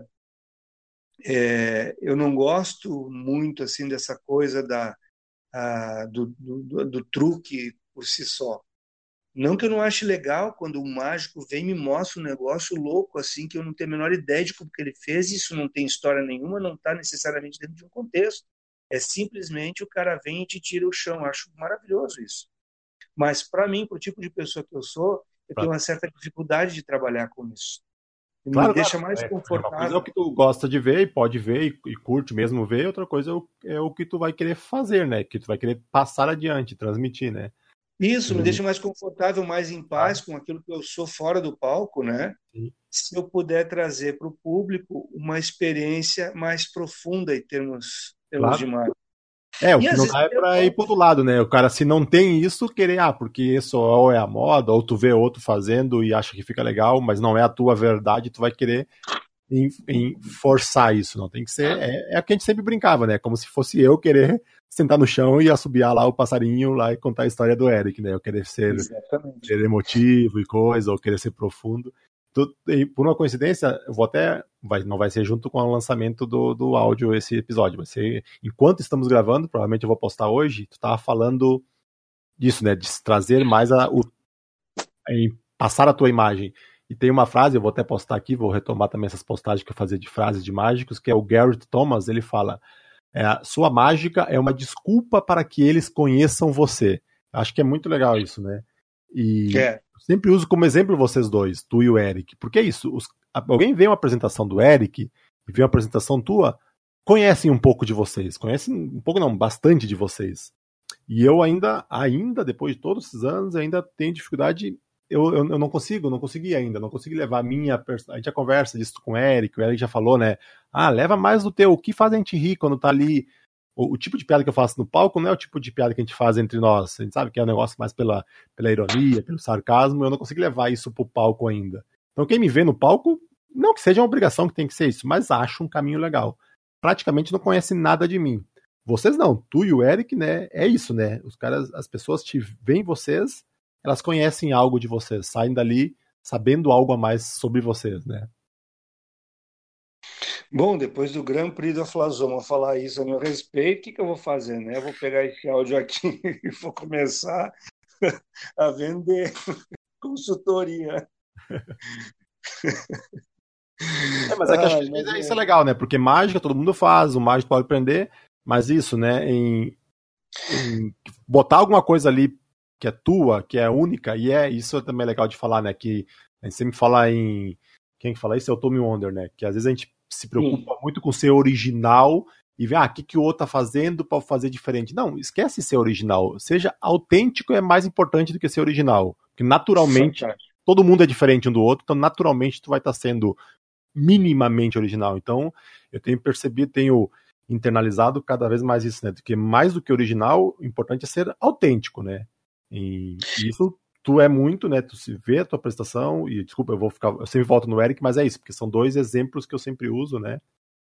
eu não gosto muito assim dessa coisa do truque por si só. Não que eu não ache legal quando um mágico vem e me mostra um negócio louco, assim, que eu não tenho a menor ideia de como que ele fez, isso não tem história nenhuma, não está necessariamente dentro de um contexto. É simplesmente o cara vem e te tira o chão. Eu acho maravilhoso isso. Mas, para mim, para o tipo de pessoa que eu sou, eu tenho Pra- uma certa dificuldade de trabalhar com isso. Me Claro, claro. deixa mais Uma coisa é o confortável. que tu gosta de ver e pode ver e curte mesmo ver, outra coisa é o que tu vai querer fazer, né? Que tu vai querer passar adiante, transmitir, né? Isso me E, deixa mais confortável, mais em paz claro, com aquilo que eu sou fora do palco, né? sim. Se eu puder trazer para o público uma experiência mais profunda em termos de Claro. marketing. O E que às não vezes dá é eu pra ir pro gosto. outro lado, né? O cara, se não tem isso, querer, porque isso ou é a moda, ou tu vê outro fazendo e acha que fica legal, mas não é a tua verdade, tu vai querer em forçar isso. Não tem que ser. É o que a gente sempre brincava, né? Como se fosse eu querer sentar no chão e assobiar lá o passarinho lá e contar a história do Eric, né? Eu querer Exatamente. ser emotivo e coisa, ou querer ser profundo. E por uma coincidência, eu vou até. Não vai ser junto com o lançamento do áudio esse episódio. Vai ser. Enquanto estamos gravando, provavelmente eu vou postar hoje, tu tava falando disso, né? De trazer mais em passar a tua imagem. E tem uma frase, eu vou até postar aqui, vou retomar também essas postagens que eu fazia de frases de mágicos, que é o Garrett Thomas, ele fala: sua mágica é uma desculpa para que eles conheçam você. Acho que é muito legal isso, né? E É. eu sempre uso como exemplo vocês dois, tu e o Eric, porque é isso, alguém vê uma apresentação do Eric e vê uma apresentação tua, conhecem um pouco de vocês, conhecem um pouco não, bastante de vocês. E eu ainda depois de todos esses anos, ainda tenho dificuldade. Eu não consegui ainda, não consegui levar a minha. A gente já conversa disso com o Eric já falou, né? Leva mais do teu. O que faz a gente rir quando tá ali? O tipo de piada que eu faço no palco não é o tipo de piada que a gente faz entre nós. A gente sabe que é um negócio mais pela ironia, pelo sarcasmo. Eu não consigo levar isso pro palco ainda. Então, quem me vê no palco, não que seja uma obrigação que tem que ser isso, mas acho um caminho legal. Praticamente não conhece nada de mim. Vocês não, tu e o Eric, né? É isso, né? Os caras, as pessoas te veem vocês, elas conhecem algo de vocês, saem dali sabendo algo a mais sobre vocês, né? Bom, depois do Grand Prix da Flasoma falar isso a meu respeito, o que eu vou fazer, né? Eu vou pegar esse áudio aqui e vou começar a vender consultoria. Mas é que acho que Ai, às vezes mas isso é legal, né? Porque mágica todo mundo faz, o mágico pode aprender, mas isso, né? Em botar alguma coisa ali que é tua, que é única, e isso também é legal de falar, né? Que a gente sempre fala em. Quem que fala isso é o Tommy Wonder, né? Que às vezes a gente se sim, preocupa muito com ser original e ver, o que o outro tá fazendo para fazer diferente. Não, esquece ser original. Seja autêntico é mais importante do que ser original. Porque naturalmente fantástico. todo mundo é diferente um do outro, então naturalmente tu vai estar sendo minimamente original. Então, eu tenho percebido, tenho internalizado cada vez mais isso, né? Porque mais do que original, o importante é ser autêntico, né? E isso tu é muito, né? Tu se vê a tua prestação, e desculpa, eu sempre volto no Eric, mas é isso, porque são dois exemplos que eu sempre uso, né?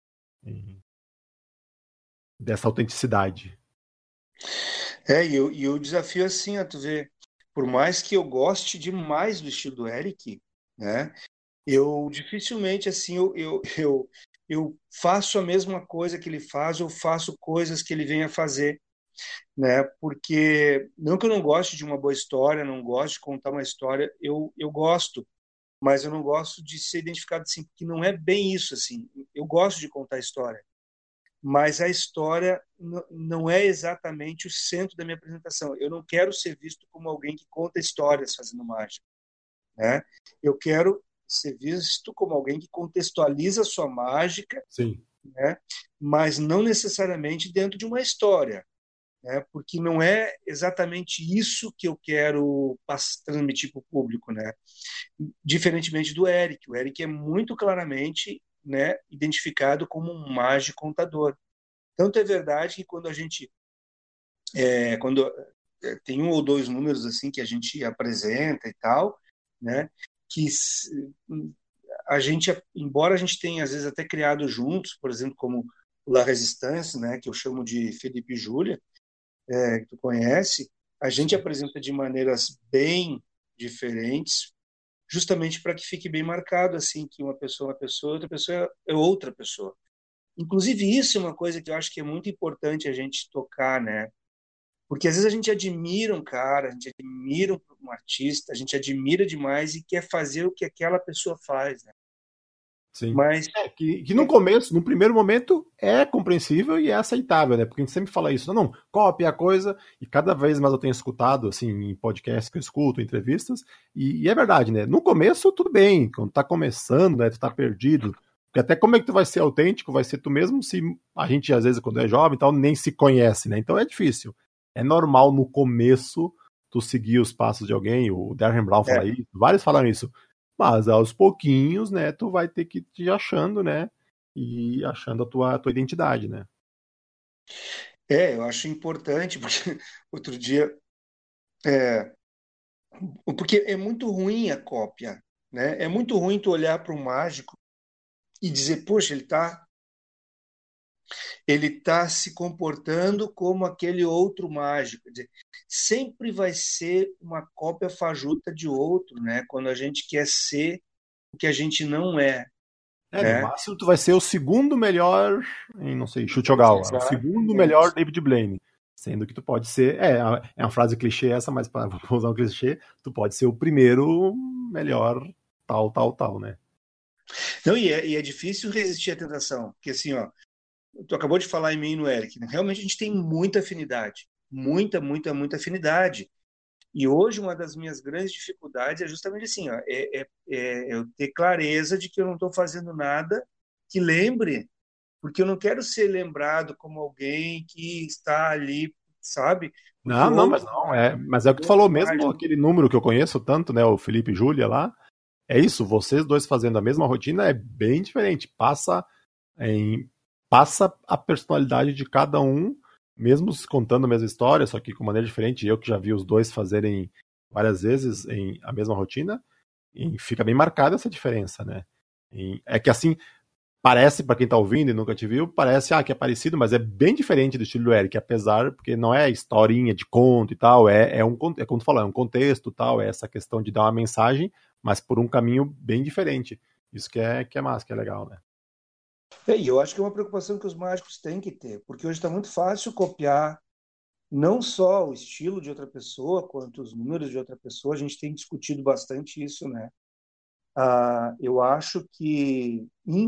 Dessa autenticidade. E o desafio é assim, tu vê, por mais que eu goste demais do estilo do Eric, né? Eu dificilmente assim eu faço a mesma coisa que ele faz, eu faço coisas que ele vem a fazer, né? Porque não que eu não goste de uma boa história, não gosto de contar uma história, eu gosto, mas eu não gosto de ser identificado assim, porque não é bem isso assim. Eu gosto de contar história, mas a história não é exatamente o centro da minha apresentação. Eu não quero ser visto como alguém que conta histórias fazendo mágica, né? Eu quero ser visto como alguém que contextualiza a sua mágica, Sim. né? Mas não necessariamente dentro de uma história, né? Porque não é exatamente isso que eu quero transmitir para o público, né? Diferentemente do Eric. O Eric é muito claramente, né, identificado como um mágico contador. Tanto é verdade que quando tem um ou dois números assim que a gente apresenta e tal, né, que a gente, embora a gente tenha às vezes até criado juntos, por exemplo, como La Resistance, né, que eu chamo de Felipe e Júlia, que tu conhece, a gente Sim. apresenta de maneiras bem diferentes, justamente para que fique bem marcado assim que uma pessoa, outra pessoa é outra pessoa. Inclusive isso é uma coisa que eu acho que é muito importante a gente tocar, né? Porque às vezes a gente admira um cara, a gente admira um artista, a gente admira demais e quer fazer o que aquela pessoa faz, né? Sim. Mas Que no começo, no primeiro momento, é compreensível e é aceitável, né? Porque a gente sempre fala isso, não, copia a coisa, e cada vez mais eu tenho escutado, assim, em podcasts que eu escuto, em entrevistas, e é verdade, né? No começo, tudo bem, quando tá começando, né, tu tá perdido, porque até como é que tu vai ser autêntico, vai ser tu mesmo, se a gente, às vezes, quando é jovem e tal, nem se conhece, né? Então é difícil. É normal no começo tu seguir os passos de alguém, o Darren Brown fala isso, vários falaram isso, mas aos pouquinhos, né, tu vai ter que ir te achando, né, e achando a tua identidade, né. eu acho importante, porque outro dia, é, porque é muito ruim a cópia, né? É muito ruim tu olhar para um mágico e dizer, poxa, ele tá se comportando como aquele outro mágico. Quer dizer, sempre vai ser uma cópia fajuta de outro, né? Quando a gente quer ser o que a gente não é, No né? máximo tu vai ser o segundo melhor em, não sei, Chuchogawa, o segundo melhor Exatamente. David Blaine, sendo que tu pode ser, é uma frase clichê essa, mas para usar um clichê, tu pode ser o primeiro melhor tal, tal, tal, né. Não, e é difícil resistir à tentação, porque assim, ó, tu acabou de falar em mim e no Eric, né? Realmente a gente tem muita afinidade, muita, muita, muita afinidade. E hoje uma das minhas grandes dificuldades é justamente assim, ó, eu ter clareza de que eu não estou fazendo nada que lembre, porque eu não quero ser lembrado como alguém que está ali, sabe? Porque Não, não, mas não, mas é o que tu falou outro mesmo, mágico, aquele número que eu conheço tanto, né, o Felipe e Júlia lá, é isso, vocês dois fazendo a mesma rotina é bem diferente, em, passa a personalidade de cada um, mesmo se contando a mesma história, só que com maneira diferente. Eu que já vi os dois fazerem várias vezes em a mesma rotina, e fica bem marcada essa diferença, né? É que assim, parece, para quem tá ouvindo e nunca te viu, parece que é parecido, mas é bem diferente do estilo do Eric, apesar, porque não é historinha de conto e tal, é como tu falou, é um contexto tal, é essa questão de dar uma mensagem, mas por um caminho bem diferente. Isso que é massa, que é legal, né? e eu acho que é uma preocupação que os mágicos têm que ter, porque hoje está muito fácil copiar não só o estilo de outra pessoa, quanto os números de outra pessoa. A gente tem discutido bastante isso, né? Eu acho que,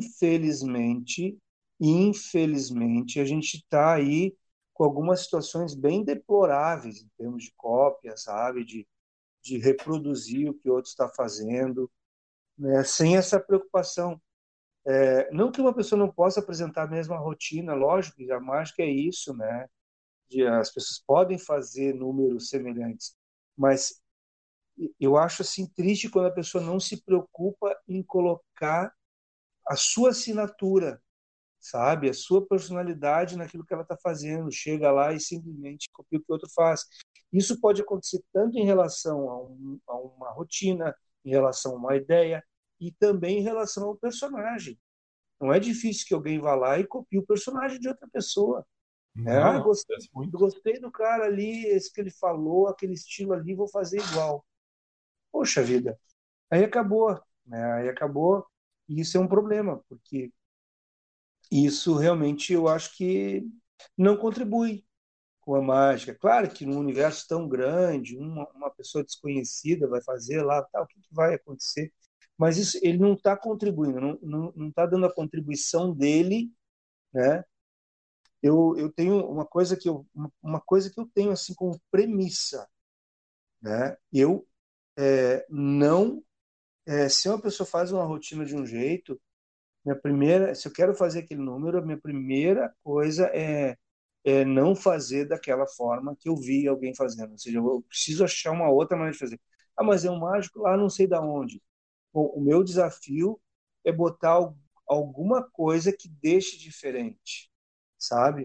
infelizmente, a gente está aí com algumas situações bem deploráveis em termos de cópia, sabe? De reproduzir o que o outro está fazendo, né? Sem essa preocupação. Não que uma pessoa não possa apresentar a mesma rotina, lógico, que a mágica é isso, né? As pessoas podem fazer números semelhantes, mas eu acho assim triste quando a pessoa não se preocupa em colocar a sua assinatura, sabe? A sua personalidade naquilo que ela está fazendo. Chega lá e simplesmente copia o que o outro faz. Isso pode acontecer tanto em relação a uma rotina, em relação a uma ideia, e também em relação ao personagem. Não é difícil que alguém vá lá e copie o personagem de outra pessoa. Não, não, Gostei, acontece muito. gostei do cara ali, esse que ele falou, aquele estilo ali, vou fazer igual. Poxa vida, aí acabou, né? Aí acabou, e isso é um problema, porque isso realmente eu acho que não contribui com a mágica. Claro que num universo tão grande, uma pessoa desconhecida vai fazer lá, tá, o que vai acontecer? Mas isso ele não está contribuindo, não está dando a contribuição dele, né? Eu tenho uma coisa que eu tenho assim como premissa, né? Eu não se uma pessoa faz uma rotina de um jeito, se eu quero fazer aquele número, a minha primeira coisa é não fazer daquela forma que eu vi alguém fazendo. Ou seja, eu preciso achar uma outra maneira de fazer. Ah, mas é um mágico lá, não sei da onde. Bom, o meu desafio é botar alguma coisa que deixe diferente, sabe?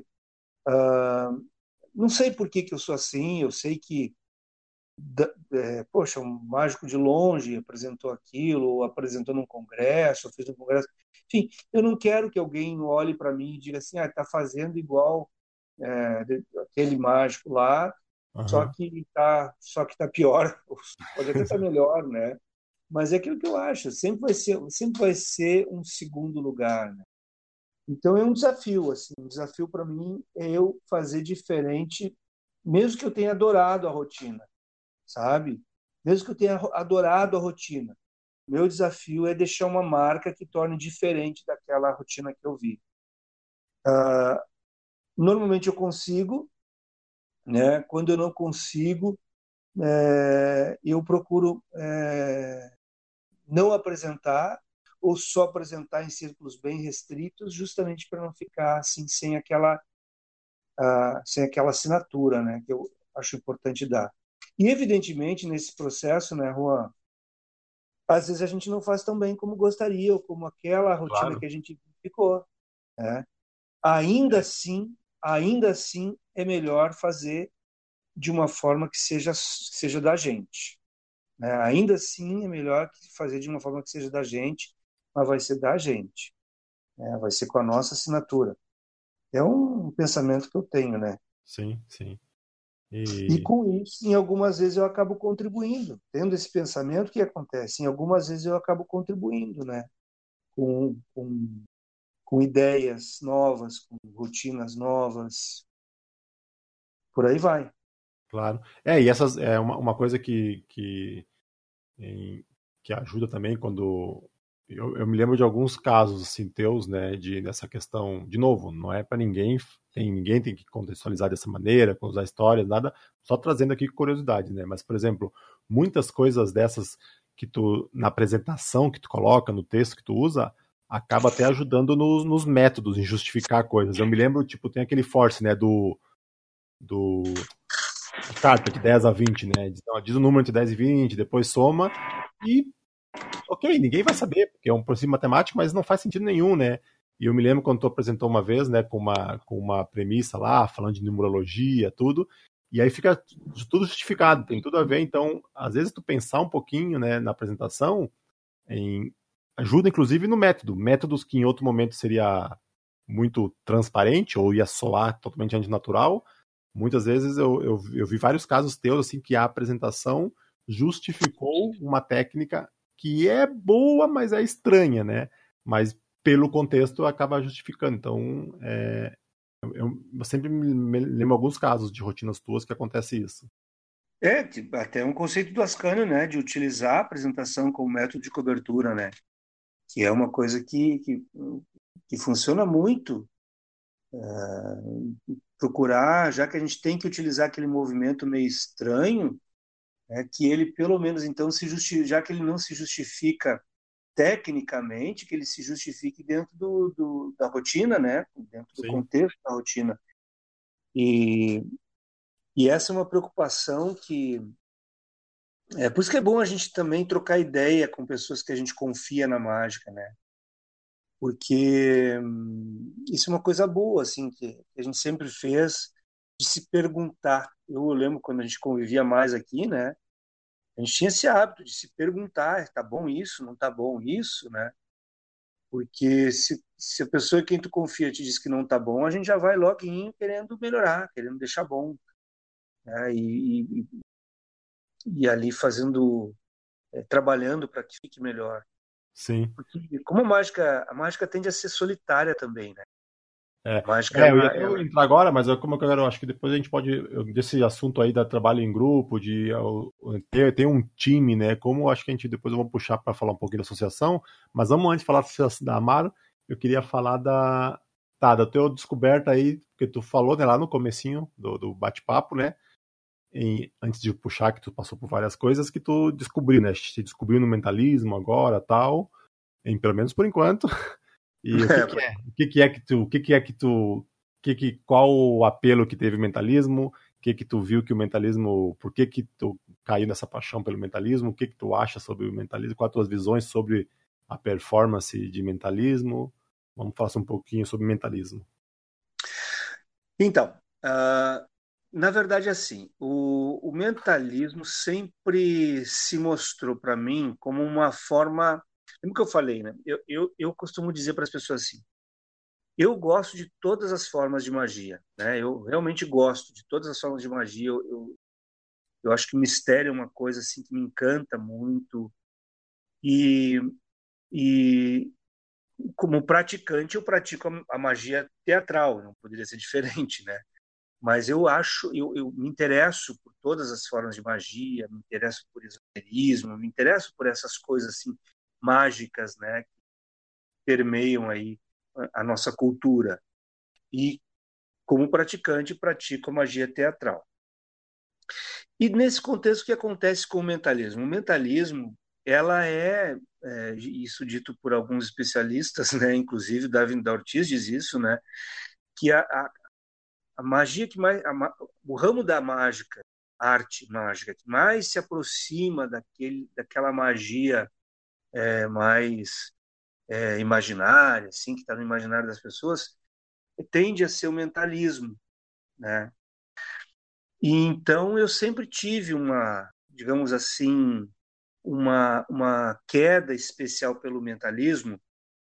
Não sei por que que eu sou assim, eu sei que poxa, um mágico de longe apresentou aquilo, ou apresentou num congresso, ou fez um congresso. Enfim, eu não quero que alguém olhe para mim e diga assim, está fazendo igual aquele mágico lá, Aham. só que tá pior, pode até estar melhor, né? Mas é aquilo que eu acho, sempre vai ser um segundo lugar, né? Então é um desafio, assim, um desafio para mim é eu fazer diferente, mesmo que eu tenha adorado a rotina, sabe? mesmo que eu tenha adorado a rotina, meu desafio é deixar uma marca que torne diferente daquela rotina que eu vi. Normalmente eu consigo, né? Quando eu não consigo, eu procuro não apresentar ou só apresentar em círculos bem restritos, justamente para não ficar assim sem aquela assinatura, né? Que eu acho importante dar. E evidentemente nesse processo, né, Juan, às vezes a gente não faz tão bem como gostaria ou como aquela rotina Claro. que a gente ficou, né? Ainda assim, ainda assim é melhor fazer de uma forma que seja da gente, né? Ainda assim é melhor que fazer de uma forma que seja da gente, mas vai ser da gente, né? Vai ser com a nossa assinatura. É um pensamento que eu tenho, né? Sim, sim. E E com isso, em algumas vezes eu acabo contribuindo. Tendo esse pensamento, o que acontece? Em algumas vezes eu acabo contribuindo, né? Com ideias novas, com rotinas novas, por aí vai. claro. E essas é uma coisa em- que ajuda também quando eu me lembro de alguns casos assim teus, né, dessa questão, de novo, não é para ninguém tem que contextualizar dessa maneira, com usar histórias, nada, só trazendo aqui curiosidade, né? Mas por exemplo, muitas coisas dessas que tu na apresentação que tu coloca, no texto que tu usa, acaba até ajudando nos métodos, em justificar coisas. Eu me lembro, tipo, tem aquele force, né, do de carta de 10 a 20, né? Diz o número entre 10 e 20, depois soma e ok, ninguém vai saber, porque é um princípio matemático, mas não faz sentido nenhum, né? E eu me lembro quando tu apresentou uma vez, né, com uma premissa lá, falando de numerologia, tudo, e aí fica tudo justificado, tem tudo a ver. Então, às vezes tu pensar um pouquinho, né, na apresentação, em, ajuda inclusive no método, métodos que em outro momento seria muito transparente ou ia soar totalmente antinatural. Muitas vezes eu vi vários casos teus assim que a apresentação justificou uma técnica que é boa, mas é estranha, né? Mas pelo contexto acaba justificando. Então, eu sempre me lembro alguns casos de rotinas tuas que acontece isso. Tipo, até um conceito do Ascanio, né, de utilizar a apresentação como método de cobertura, né, que é uma coisa que funciona muito. Procurar, já que a gente tem que utilizar aquele movimento meio estranho, que ele pelo menos então já que ele não se justifica tecnicamente, que ele se justifique dentro da rotina, né, dentro do Sim, contexto da rotina. E, e essa é uma preocupação que por isso que é bom a gente também trocar ideia com pessoas que a gente confia na mágica, né? Porque isso é uma coisa boa, assim, que a gente sempre fez de se perguntar. Eu lembro quando a gente convivia mais aqui, né? A gente tinha esse hábito de se perguntar, tá bom isso, não tá bom isso, né? Porque se a pessoa em quem tu confia te diz que não tá bom, a gente já vai logo querendo melhorar, querendo deixar bom, né? E ali trabalhando para que fique melhor. sim. Porque como a mágica tende a ser solitária também, né? A mágica, Eu ia até ela entrar agora, mas como eu quero, acho que depois a gente pode, desse assunto aí da trabalho em grupo, de ter um time, né? Como eu acho que a gente depois eu vou puxar para falar um pouquinho da associação, mas vamos antes de falar da Amaro, eu queria falar da tua descoberta aí, que tu falou, né, lá no comecinho do bate-papo, né? Antes de puxar, que tu passou por várias coisas que tu descobriu, né? Te descobriu no mentalismo agora, tal, pelo menos por enquanto. E o que que é? Qual o apelo que teve o mentalismo? O que que tu viu que o mentalismo, por que que tu caiu nessa paixão pelo mentalismo? O que que tu acha sobre o mentalismo? Quais as tuas visões sobre a performance de mentalismo? Vamos falar um pouquinho sobre mentalismo. Então, na verdade, assim, o mentalismo sempre se mostrou para mim como uma forma. Lembra que eu falei, né? Eu costumo dizer para as pessoas assim: eu gosto de todas as formas de magia, né? Eu realmente gosto de todas as formas de magia. Eu acho que o mistério é uma coisa assim que me encanta muito. E, e como praticante, eu pratico a magia teatral, não poderia ser diferente, né? Mas eu me interesso por todas as formas de magia, me interesso por esoterismo, me interesso por essas coisas assim mágicas, né, que permeiam aí a nossa cultura. E como praticante, pratico a magia teatral. E nesse contexto, o que acontece com o mentalismo? O mentalismo, ela isso dito por alguns especialistas, né, inclusive Davi da Ortiz diz isso, né, que a magia que mais, o ramo da mágica, arte mágica, que mais se aproxima daquela magia mais imaginária, assim, que está no imaginário das pessoas, tende a ser o mentalismo, né? E então eu sempre tive digamos assim, uma queda especial pelo mentalismo,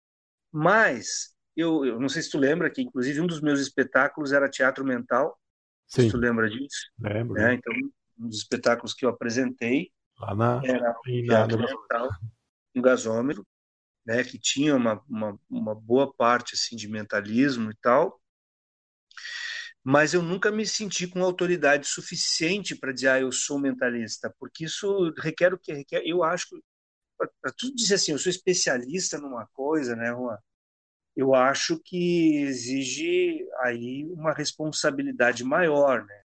mas eu não sei se tu lembra que, inclusive, um dos meus espetáculos era teatro mental, se tu Sim, lembra disso, lembro, né? lembro. Então, um dos espetáculos que eu apresentei Lá era o no teatro gasômetro. mental, um gasômetro, né? Que tinha uma boa parte assim de mentalismo e tal, mas eu nunca me senti com autoridade suficiente para dizer, eu sou mentalista, porque isso requer o que requer. Eu acho que para tu dizer assim, eu sou especialista numa coisa, né, Juan? Eu acho que exige aí uma responsabilidade maior, né?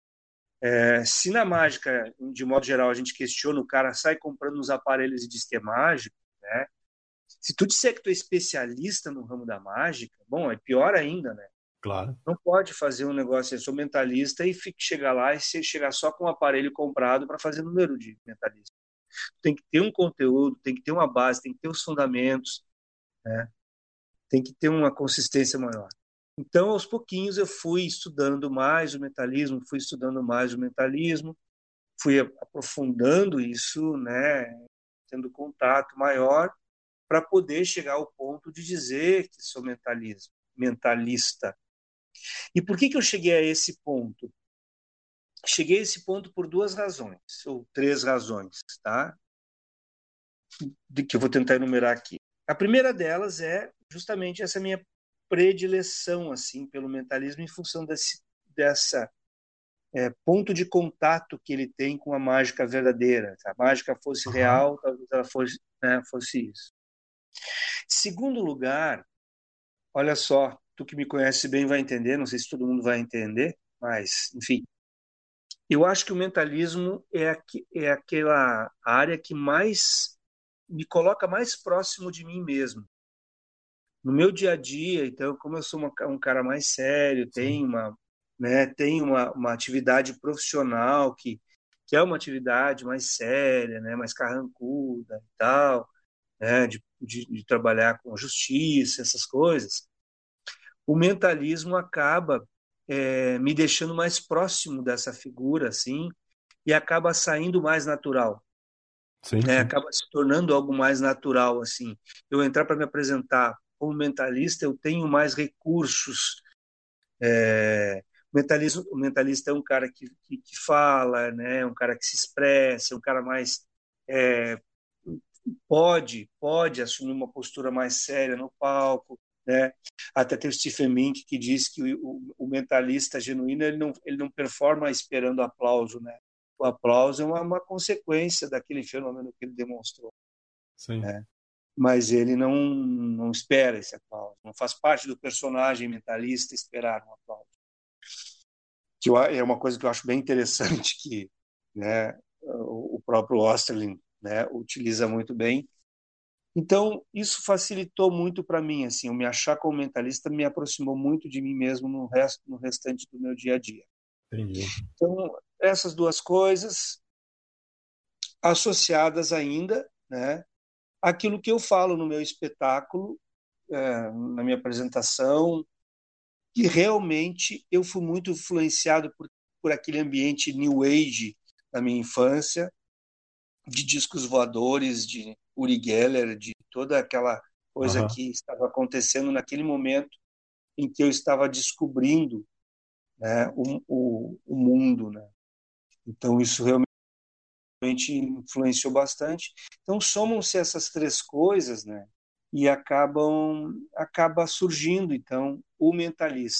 Se na mágica, de modo geral, a gente questiona, o cara sai comprando uns aparelhos e diz que é mágico, né? Se tu disser que tu é especialista no ramo da mágica, bom, é pior ainda, né? Claro. Não pode fazer um negócio, eu sou mentalista e chegar lá e chegar só com um aparelho comprado para fazer número de mentalista. Tem que ter um conteúdo, tem que ter uma base, tem que ter os fundamentos, né? Tem que ter uma consistência maior. Então, aos pouquinhos, eu fui estudando mais o mentalismo, fui aprofundando isso, né? Tendo contato maior para poder chegar ao ponto de dizer que sou mentalista. E por que eu cheguei a esse ponto? Cheguei a esse ponto por duas razões, ou três razões, tá? De que eu vou tentar enumerar aqui. A primeira delas é justamente essa minha predileção assim pelo mentalismo em função dessa ponto de contato que ele tem com a mágica verdadeira. Se a mágica fosse Aham. real, talvez ela fosse isso. Segundo lugar, olha só, tu que me conhece bem vai entender, não sei se todo mundo vai entender, mas, enfim, eu acho que o mentalismo é aquela área que mais me coloca mais próximo de mim mesmo. No meu dia a dia, então, como eu sou um cara mais sério, Sim. tenho uma atividade profissional que é uma atividade mais séria, né, mais carrancuda e tal, né, de trabalhar com a justiça, essas coisas, o mentalismo acaba me deixando mais próximo dessa figura, assim, e acaba saindo mais natural, Sim, né? sim. Acaba se tornando algo mais natural, assim. Eu entrar para me apresentar como mentalista, eu tenho mais recursos. O mentalista é um cara que fala, né? Um cara que se expressa, um cara mais é, pode assumir uma postura mais séria no palco, né? Até tem o Stephen Mink que diz que o mentalista genuíno ele não performa esperando aplauso, né? O aplauso é uma consequência daquele fenômeno que ele demonstrou, Sim. né? Mas ele não espera esse aplauso, não faz parte do personagem mentalista esperar um aplauso. É uma coisa que eu acho bem interessante que, né, o próprio Osterlin, né, utiliza muito bem. Então, isso facilitou muito para mim, assim, eu me achar como mentalista me aproximou muito de mim mesmo no restante do meu dia a dia. Entendi. Então, essas duas coisas associadas ainda, né, aquilo que eu falo no meu espetáculo, na minha apresentação, que realmente eu fui muito influenciado por aquele ambiente New Age da minha infância, de discos voadores, de Uri Geller, de toda aquela coisa Aham. que estava acontecendo naquele momento em que eu estava descobrindo, né, o mundo, né? Então isso realmente influenciou bastante. Então somam-se essas três coisas, né? E acaba surgindo então o mentalista.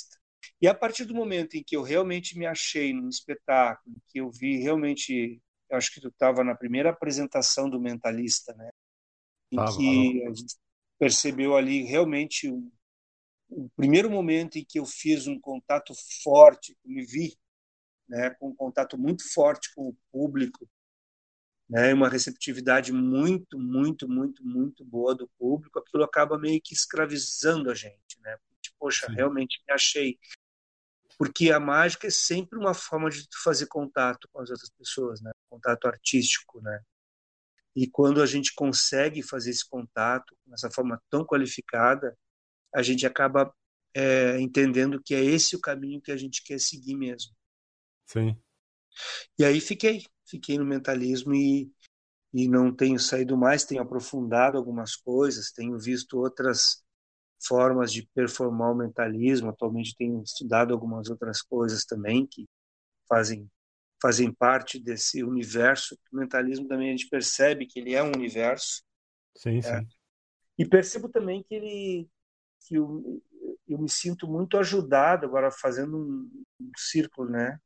E a partir do momento em que eu realmente me achei num espetáculo, que eu vi realmente, eu acho que tu estava na primeira apresentação do Mentalista, né? Em Tava. que a gente percebeu ali realmente o primeiro momento em que eu fiz um contato forte, me vi, né, com um contato muito forte com o público, né, uma receptividade muito, muito, muito, muito boa do público, aquilo acaba meio que escravizando a gente, né? Poxa, Sim, realmente me achei. Porque a mágica é sempre uma forma de tu fazer contato com as outras pessoas, né? Contato artístico, né? E quando a gente consegue fazer esse contato dessa forma tão qualificada, a gente acaba entendendo que é esse o caminho que a gente quer seguir mesmo. sim. E aí fiquei no mentalismo e não tenho saído mais, tenho aprofundado algumas coisas, tenho visto outras formas de performar o mentalismo, atualmente tenho estudado algumas outras coisas também que fazem parte desse universo. O mentalismo também a gente percebe que ele é um universo, Sim, né? sim. E percebo também que eu me sinto muito ajudado agora fazendo um círculo, né?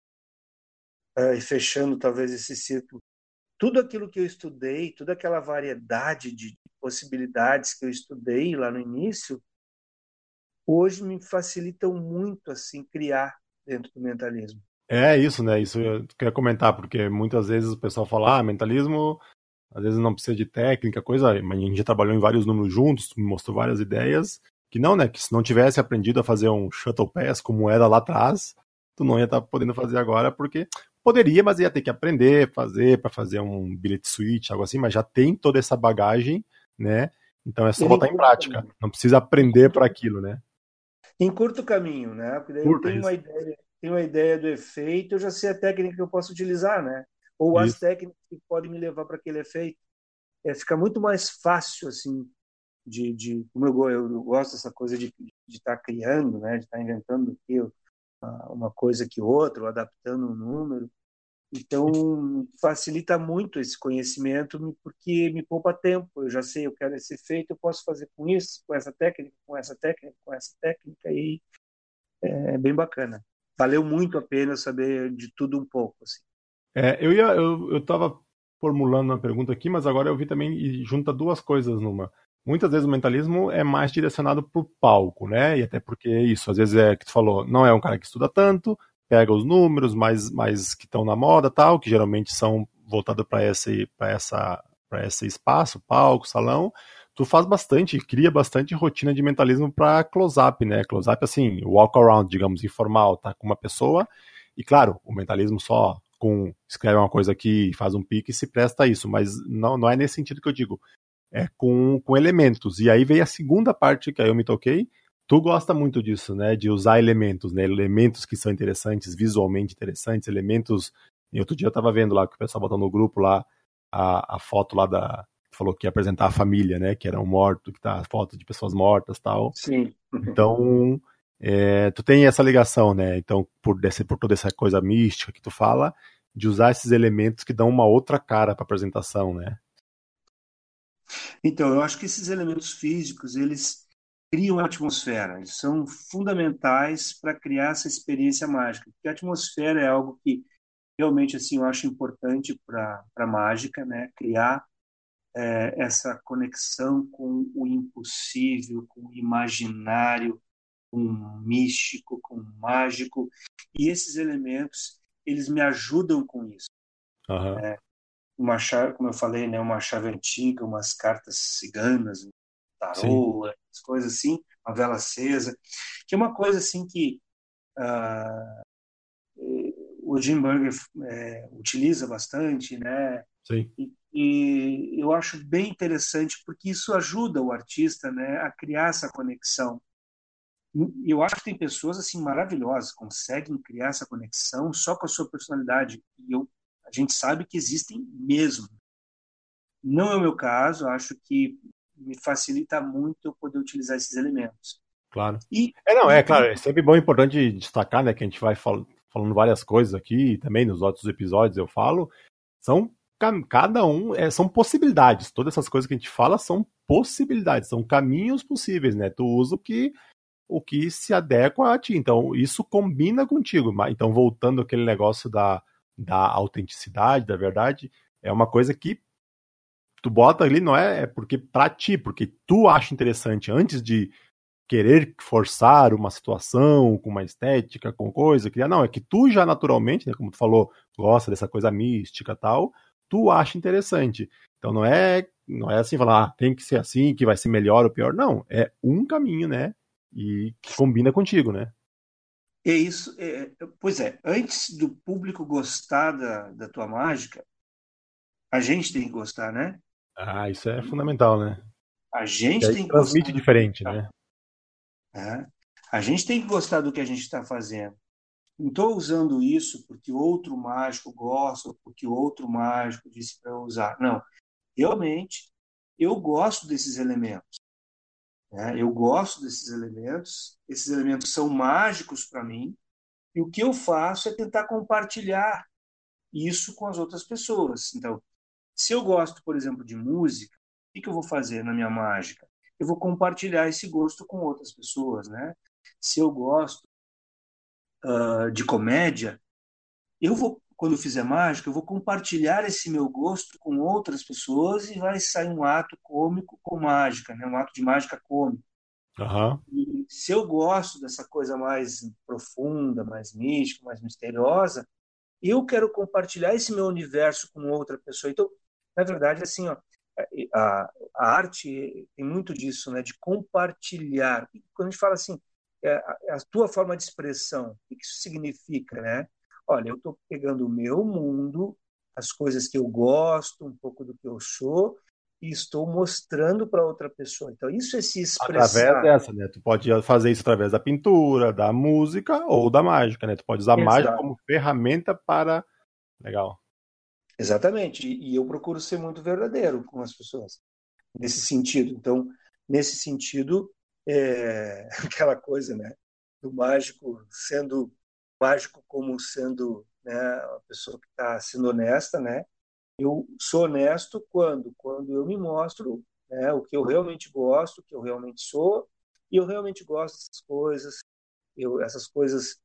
E fechando talvez esse círculo. Tudo aquilo que eu estudei, toda aquela variedade de possibilidades que eu estudei lá no início, hoje me facilitam muito assim criar dentro do mentalismo. É isso, né? Isso eu queria comentar, porque muitas vezes o pessoal fala, mentalismo, às vezes não precisa de técnica, coisa, mas a gente já trabalhou em vários números juntos, tu me mostrou várias ideias, que não, né? Que se não tivesse aprendido a fazer um shuttle pass como era lá atrás, tu não ia estar podendo fazer agora, porque poderia, mas ia ter que aprender, fazer, para fazer um billet switch, algo assim, mas já tem toda essa bagagem, né? Então é só Ele botar em encurta prática, também. não precisa aprender para aquilo, né? Em curto caminho, né? Porque daí eu Curta isso. tenho uma ideia do efeito, eu já sei a técnica que eu posso utilizar, né? Ou as Isso. técnicas que podem me levar para aquele efeito. Fica muito mais fácil, assim, como eu gosto dessa coisa de estar criando, né? De estar inventando aqui uma coisa que outra, ou adaptando um número. Então, facilita muito esse conhecimento, porque me poupa tempo. Eu já sei, eu quero esse efeito, eu posso fazer com isso, com essa técnica, com essa técnica, com essa técnica, e é bem bacana. Valeu muito a pena saber de tudo um pouco, assim. Eu tava formulando uma pergunta aqui, mas agora eu vi também e junta duas coisas numa. Muitas vezes o mentalismo é mais direcionado pro palco, né? E até porque é isso, às vezes é que tu falou, não é um cara que estuda tanto, pega os números mais que estão na moda, tal, que geralmente são voltados para esse espaço, palco, salão. Tu faz bastante, cria bastante rotina de mentalismo para close-up, né? Close-up assim, walk around, digamos, informal, tá com uma pessoa. E claro, o mentalismo só escreve uma coisa aqui, faz um pique e se presta a isso, mas não é nesse sentido que eu digo. É com elementos. E aí veio a segunda parte que aí eu me toquei. Tu gosta muito disso, né? De usar elementos, né? Elementos que são interessantes, visualmente interessantes, elementos. E outro dia eu tava vendo lá que o pessoal botou no grupo lá a foto lá falou que ia apresentar a família, né? Que era um morto, que tá a foto de pessoas mortas, tal. Sim. Então, tu tem essa ligação, né? Então, por toda essa coisa mística que tu fala, de usar esses elementos que dão uma outra cara para a apresentação, né? Então, eu acho que esses elementos físicos, eles criam a atmosfera, eles são fundamentais para criar essa experiência mágica. Porque a atmosfera é algo que realmente assim eu acho importante para a mágica, né? Criar essa conexão com o impossível, com o imaginário, com o místico, com o mágico. E esses elementos, eles me ajudam com isso. Aham. Uma chave, como eu falei, né? Uma chave antiga, umas cartas ciganas, um Sim, tarô, as coisas assim, uma vela acesa, que é uma coisa assim que o Jim Burger utiliza bastante, né? sim. E eu acho bem interessante porque isso ajuda o artista, né, a criar essa conexão. E eu acho que tem pessoas assim maravilhosas, conseguem criar essa conexão só com a sua personalidade. A gente sabe que existem mesmo. Não é o meu caso, acho que me facilita muito eu poder utilizar esses elementos. Claro. E, Não, é e claro, é sempre bom e importante destacar, né, que a gente vai falando várias coisas aqui, e também nos outros episódios eu falo, são cada um, são possibilidades. Todas essas coisas que a gente fala são possibilidades, são caminhos possíveis, né? Tu usa o que o que se adequa a ti. Então, isso combina contigo. Então, voltando àquele negócio da autenticidade, da verdade, é uma coisa que tu bota ali, não é porque pra ti, porque tu acha interessante, antes de querer forçar uma situação com uma estética, com coisa, criar, não, é que tu já naturalmente, né, como tu falou, gosta dessa coisa mística e tal, tu acha interessante. Então não é assim, falar, tem que ser assim, que vai ser melhor ou pior, não, é um caminho, né, e que combina contigo, né. É isso, pois é, antes do público gostar da tua mágica, a gente tem que gostar, né? Ah, isso é fundamental, né. A E gente aí tem que transmite gostar do que a gente diferente, está, né. né? A gente tem que gostar do que a gente está fazendo. Não estou usando isso porque outro mágico gosta, ou porque outro mágico disse para eu usar. Não, realmente eu gosto desses elementos, né? Eu gosto desses elementos. Esses elementos são mágicos para mim. E o que eu faço é tentar compartilhar isso com as outras pessoas. Então, se eu gosto, por exemplo, de música, o que eu vou fazer na minha mágica? Eu vou compartilhar esse gosto com outras pessoas, né? Se eu gosto de comédia, eu vou, quando eu fizer mágica, eu vou compartilhar esse meu gosto com outras pessoas e vai sair um ato cômico com mágica, né? Um ato de mágica cômica. Aham. E se eu gosto dessa coisa mais profunda, mais mística, mais misteriosa, eu quero compartilhar esse meu universo com outra pessoa. Então, na verdade, assim, ó, a arte tem muito disso, né, de compartilhar. E quando a gente fala assim, a tua forma de expressão, o que isso significa, né? Olha, eu estou pegando o meu mundo, as coisas que eu gosto, um pouco do que eu sou, e estou mostrando para outra pessoa. Então, isso é se Através expressar. dessa, né? Tu pode fazer isso através da pintura, da música ou da mágica, né? Tu pode usar a mágica Exato. como ferramenta para. Legal. Exatamente. E eu procuro ser muito verdadeiro com as pessoas nesse sentido. Então, nesse sentido, aquela coisa, né, do mágico sendo mágico como sendo, né, uma pessoa que está sendo honesta, né? Eu sou honesto quando eu me mostro, né, o que eu realmente gosto, o que eu realmente sou, e eu realmente gosto dessas coisas. Essas coisas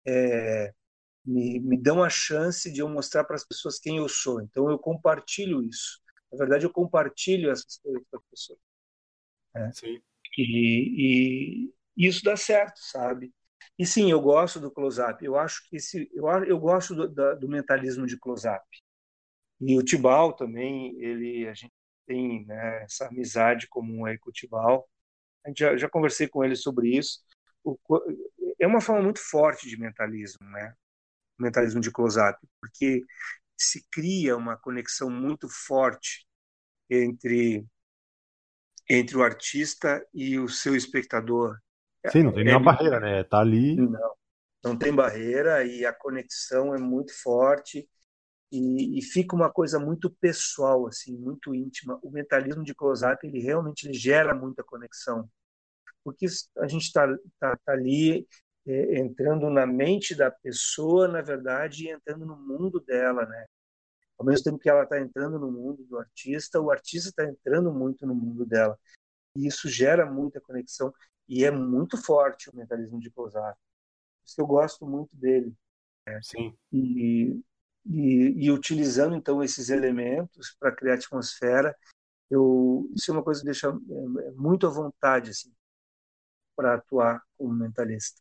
me dão a chance de eu mostrar para as pessoas quem eu sou. Então eu compartilho isso. Na verdade, eu compartilho essas coisas para as pessoas, né? Sim. E isso dá certo, sabe? E sim, eu gosto do close-up. Eu acho que eu gosto do mentalismo de close-up. E o Tibau também, a gente tem, né, essa amizade comum aí com o Tibau. A gente já conversei com ele sobre isso. O, é uma forma muito forte de mentalismo, né? Mentalismo de close-up, porque se cria uma conexão muito forte entre o artista e o seu espectador. Sim, não tem É, nenhuma barreira, né? Tá ali. não tem barreira e a conexão é muito forte e fica uma coisa muito pessoal, assim, muito íntima. O mentalismo de close-up ele realmente gera muita conexão, porque a gente tá ali entrando na mente da pessoa, na verdade, e entrando no mundo dela, né? Ao mesmo tempo que ela está entrando no mundo do artista, o artista está entrando muito no mundo dela. E isso gera muita conexão e é muito forte o mentalismo de Close-up. Por isso que eu gosto muito dele. Sim. E, e utilizando, então, esses elementos para criar atmosfera, isso é uma coisa que deixa muito à vontade assim, para atuar como mentalista.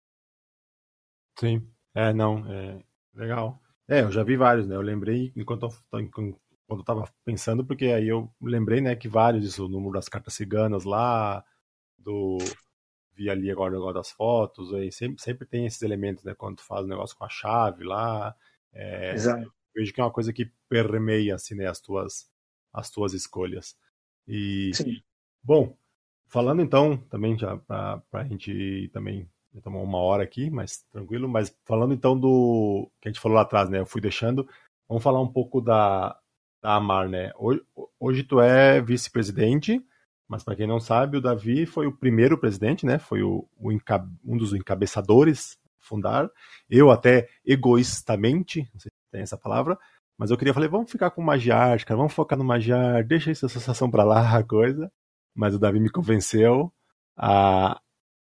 Sim. É, não, é legal. É, eu já vi vários, né? Eu lembrei quando eu tava pensando, porque aí eu lembrei, né, que vários, isso, o número das cartas ciganas lá, vi ali agora o negócio das fotos, aí sempre tem esses elementos, né? Quando tu faz o negócio com a chave lá, Exato. vejo que é uma coisa que permeia, assim, né, as tuas escolhas. E, Sim. bom, falando então, também já pra gente também tomar uma hora aqui, mas tranquilo, mas falando então do que a gente falou lá atrás, né? Eu fui deixando, vamos falar um pouco da Amar, né? Hoje tu é vice-presidente, mas para quem não sabe, o Davi foi o primeiro presidente, né? Foi um dos encabeçadores fundar. Eu até egoístamente, não sei se tem essa palavra, mas eu queria falar, vamos ficar com Magiarte, cara, vamos focar no Magiar, deixa essa associação para lá, a coisa. Mas o Davi me convenceu a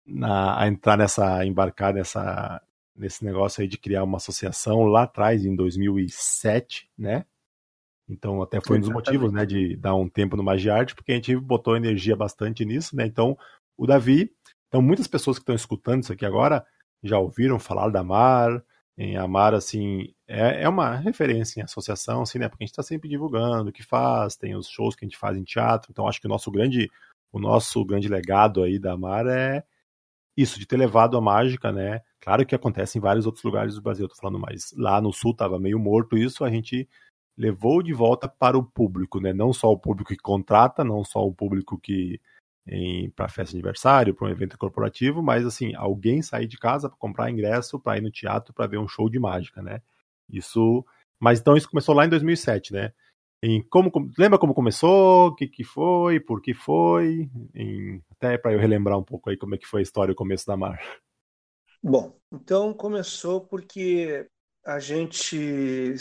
a entrar embarcar nesse negócio aí de criar uma associação lá atrás, em 2007, né? Então, até foi um dos motivos, né, de dar um tempo no Magiarte, porque a gente botou energia bastante nisso, né? Então, o Davi, então muitas pessoas que estão escutando isso aqui agora já ouviram falar da Mar. A Mar, assim, é uma referência em associação, assim, né? Porque a gente está sempre divulgando o que faz, tem os shows que a gente faz em teatro. Então, acho que o nosso grande legado aí da Mar é isso, de ter levado a mágica, né? Claro que acontece em vários outros lugares do Brasil, eu tô falando, mas lá no Sul estava meio morto isso, a gente levou de volta para o público, né? Não só o público que contrata, não só o público que para festa de aniversário, para um evento corporativo, mas assim, alguém sair de casa para comprar ingresso para ir no teatro para ver um show de mágica, né? Mas então isso começou lá em 2007, né? Lembra como começou? O que foi? Por que foi? Até para eu relembrar um pouco aí como é que foi a história, o começo da Mar. Bom, então começou porque a gente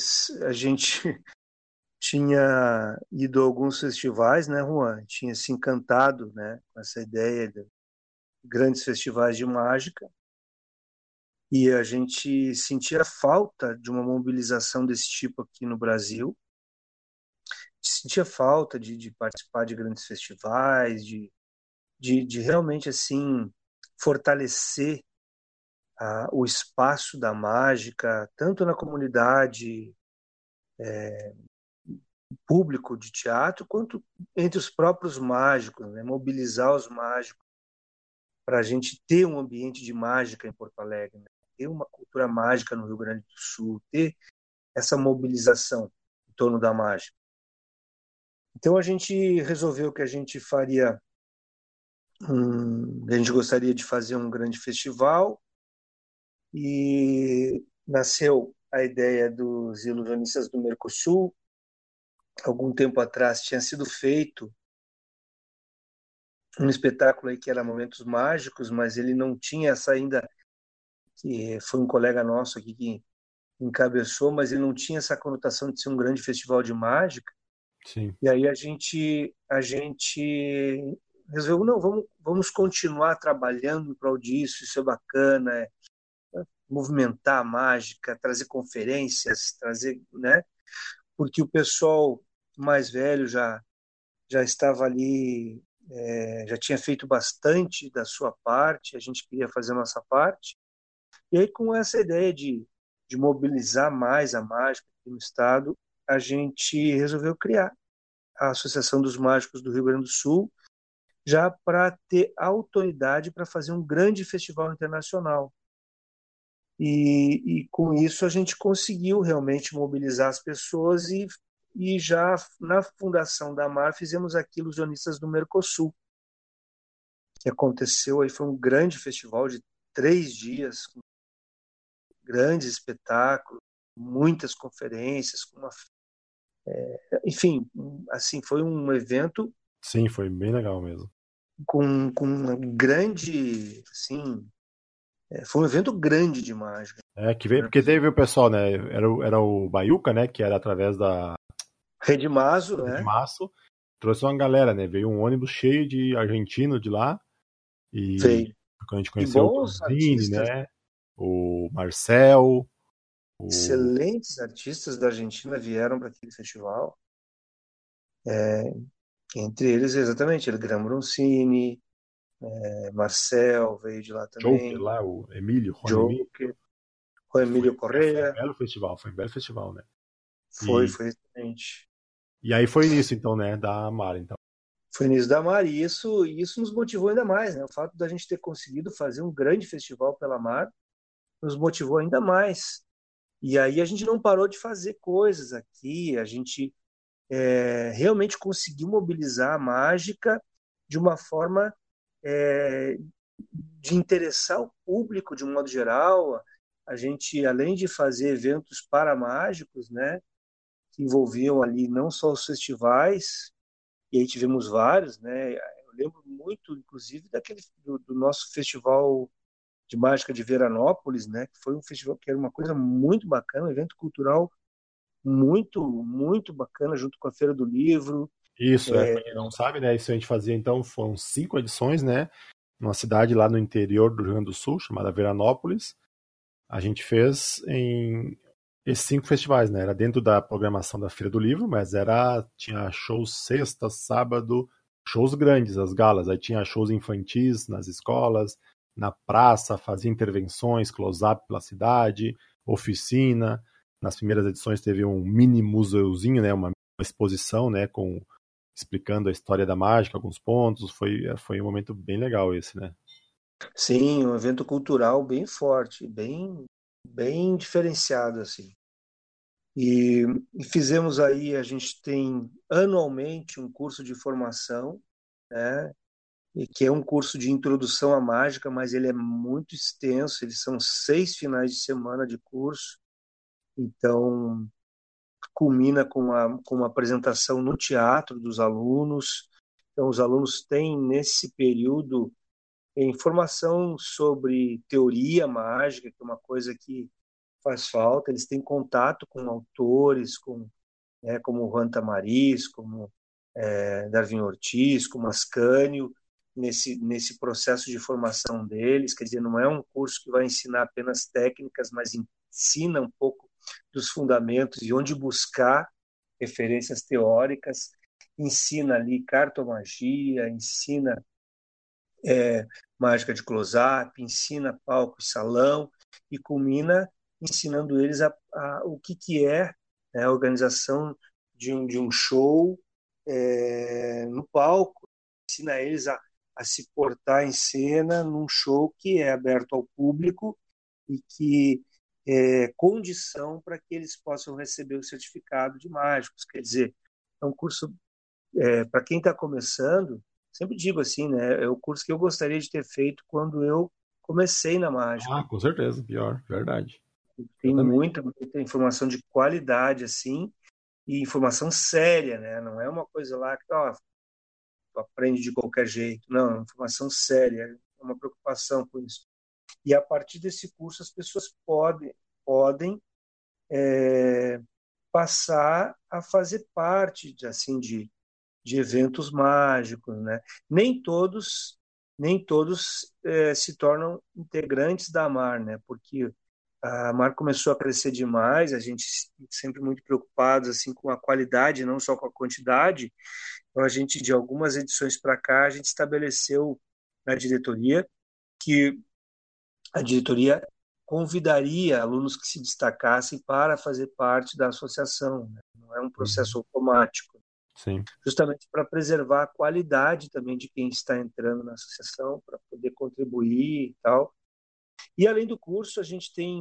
tinha ido a alguns festivais, né, Juan? Tinha se encantado, né, com essa ideia de grandes festivais de mágica e a gente sentia falta de uma mobilização desse tipo aqui no Brasil. Sentia falta de participar de grandes festivais, de realmente assim fortalecer o espaço da mágica, tanto na comunidade público de teatro, quanto entre os próprios mágicos, né? Mobilizar os mágicos para a gente ter um ambiente de mágica em Porto Alegre, né? Ter uma cultura mágica no Rio Grande do Sul, ter essa mobilização em torno da mágica. Então a gente resolveu que a gente a gente gostaria de fazer um grande festival e nasceu a ideia dos ilusionistas do Mercosul. Algum tempo atrás tinha sido feito um espetáculo aí que era Momentos Mágicos, mas ele não tinha essa ainda, que foi um colega nosso aqui que encabeçou, mas ele não tinha essa conotação de ser um grande festival de mágica. Sim. E aí a gente resolveu, não, vamos continuar trabalhando em prol disso, isso é bacana, movimentar a mágica, trazer conferências, trazer, né? Porque o pessoal mais velho já estava ali, já tinha feito bastante da sua parte, a gente queria fazer a nossa parte. E aí, com essa ideia de mobilizar mais a mágica aqui no Estado, a gente resolveu criar a Associação dos Mágicos do Rio Grande do Sul, já para ter autoridade para fazer um grande festival internacional. E com isso a gente conseguiu realmente mobilizar as pessoas e já na fundação da MAR fizemos aqui Ilusionistas do Mercosul, que aconteceu aí, foi um grande festival de 3 dias, com grandes espetáculos, muitas conferências, enfim, assim, foi um evento Sim, foi bem legal mesmo. com uma grande, assim, foi um evento grande de mágica. Que veio, porque teve o pessoal, né? Era o Baiuca, né? Que era através da Rede Mazo, Rede né? Maço. Trouxe uma galera, né? Veio um ônibus cheio de argentino de lá. E Veio. quando a gente E conheceu o bons Tonzini, artistas, né? O Marcel, excelentes artistas da Argentina vieram para aquele festival. Entre eles, exatamente, El Gran Broncini, Marcel veio de lá Joker também, lá, o Emílio, Juan Emílio. Joker, Juan Emílio Foi um Correa, belo festival, foi um belo festival, né? E, foi excelente. e aí foi nisso, então, né? Da Mara, então. Foi nisso da Mar, e isso nos motivou ainda mais, né? O fato da gente ter conseguido fazer um grande festival pela Mar nos motivou ainda mais. E aí a gente não parou de fazer coisas aqui, a gente realmente conseguiu mobilizar a mágica de uma forma é, de interessar o público de um modo geral. A gente, além de fazer eventos para mágicos, né, que envolviam ali não só os festivais, e aí tivemos vários, né, eu lembro muito, inclusive, do nosso festival de mágica de Veranópolis, né, que foi um festival que era uma coisa muito bacana, um evento cultural muito bacana, junto com a Feira do Livro. Isso, pra quem não sabe, né? Isso a gente fazia, então, foram 5 edições, né? numa cidade lá no interior do Rio Grande do Sul, chamada Veranópolis. A gente fez em esses 5 festivais, né? Era dentro da programação da Feira do Livro, mas tinha shows sexta, sábado, shows grandes, as galas. Aí tinha shows infantis nas escolas, na praça, fazia intervenções, close-up pela cidade, oficina. Nas primeiras edições teve um mini museuzinho, né? Uma exposição, né? Explicando a história da mágica, alguns pontos. Foi um momento bem legal esse, né? Sim, um evento cultural bem forte, bem diferenciado, assim. E fizemos aí, a gente tem anualmente um curso de formação, né? E que é um curso de introdução à mágica, mas ele é muito extenso, eles são 6 finais de semana de curso, então culmina com uma apresentação no teatro dos alunos. Então, os alunos têm, nesse período, informação sobre teoria mágica, que é uma coisa que faz falta. Eles têm contato com autores, como o Juan Tamariz, como Darwin Ortiz, como Ascânio, nesse processo de formação deles. Quer dizer, não é um curso que vai ensinar apenas técnicas, mas ensina um pouco dos fundamentos e onde buscar referências teóricas, ensina ali cartomagia, ensina mágica de close-up, ensina palco e salão e culmina ensinando eles o que é, né, a organização de um show no palco, ensina eles a se portar em cena num show que é aberto ao público e que é condição para que eles possam receber o certificado de mágicos. Quer dizer, é um curso para quem está começando. Sempre digo assim, né? É o curso que eu gostaria de ter feito quando eu comecei na mágica. Ah, com certeza, pior, verdade. Eu Tem também. muita informação de qualidade, assim, e informação séria, né? Não é uma coisa lá que tu aprende de qualquer jeito. Não, é uma informação séria, é uma preocupação com isso. E a partir desse curso as pessoas podem passar a fazer parte de eventos mágicos, né? Nem todos, nem todos se tornam integrantes da AMAR, né? Porque a AMAR começou a crescer demais, a gente sempre muito preocupados assim com a qualidade, não só com a quantidade. Então a gente de algumas edições para cá a gente estabeleceu na diretoria que a diretoria convidaria alunos que se destacassem para fazer parte da associação, né? Não é um Uhum. processo automático, Sim. justamente para preservar a qualidade também de quem está entrando na associação, para poder contribuir e tal. E além do curso, a gente tem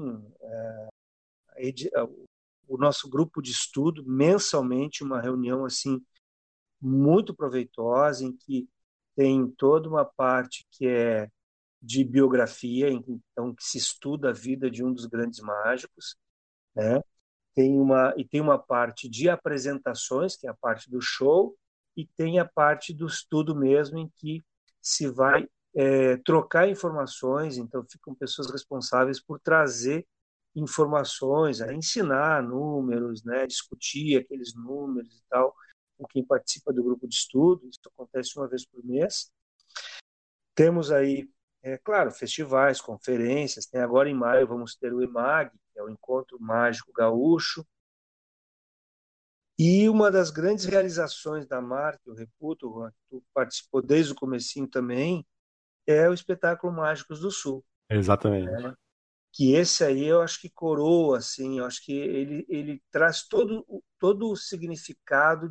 o nosso grupo de estudo mensalmente, uma reunião assim muito proveitosa, em que tem toda uma parte que é de biografia, então que se estuda a vida de um dos grandes mágicos, né? Tem uma parte de apresentações, que é a parte do show, e tem a parte do estudo mesmo, em que se vai trocar informações, então ficam pessoas responsáveis por trazer informações, a ensinar números, né, discutir aqueles números e tal, com quem participa do grupo de estudo. Isso acontece uma vez por mês. Temos aí, claro, festivais, conferências. Tem agora em maio vamos ter o EMAG, que é o Encontro Mágico Gaúcho. E uma das grandes realizações da marca, eu reputo, Juan, que tu participou desde o comecinho também, é o espetáculo Mágicos do Sul, Exatamente. né? Que esse aí eu acho que coroa, assim, eu acho que ele traz todo o significado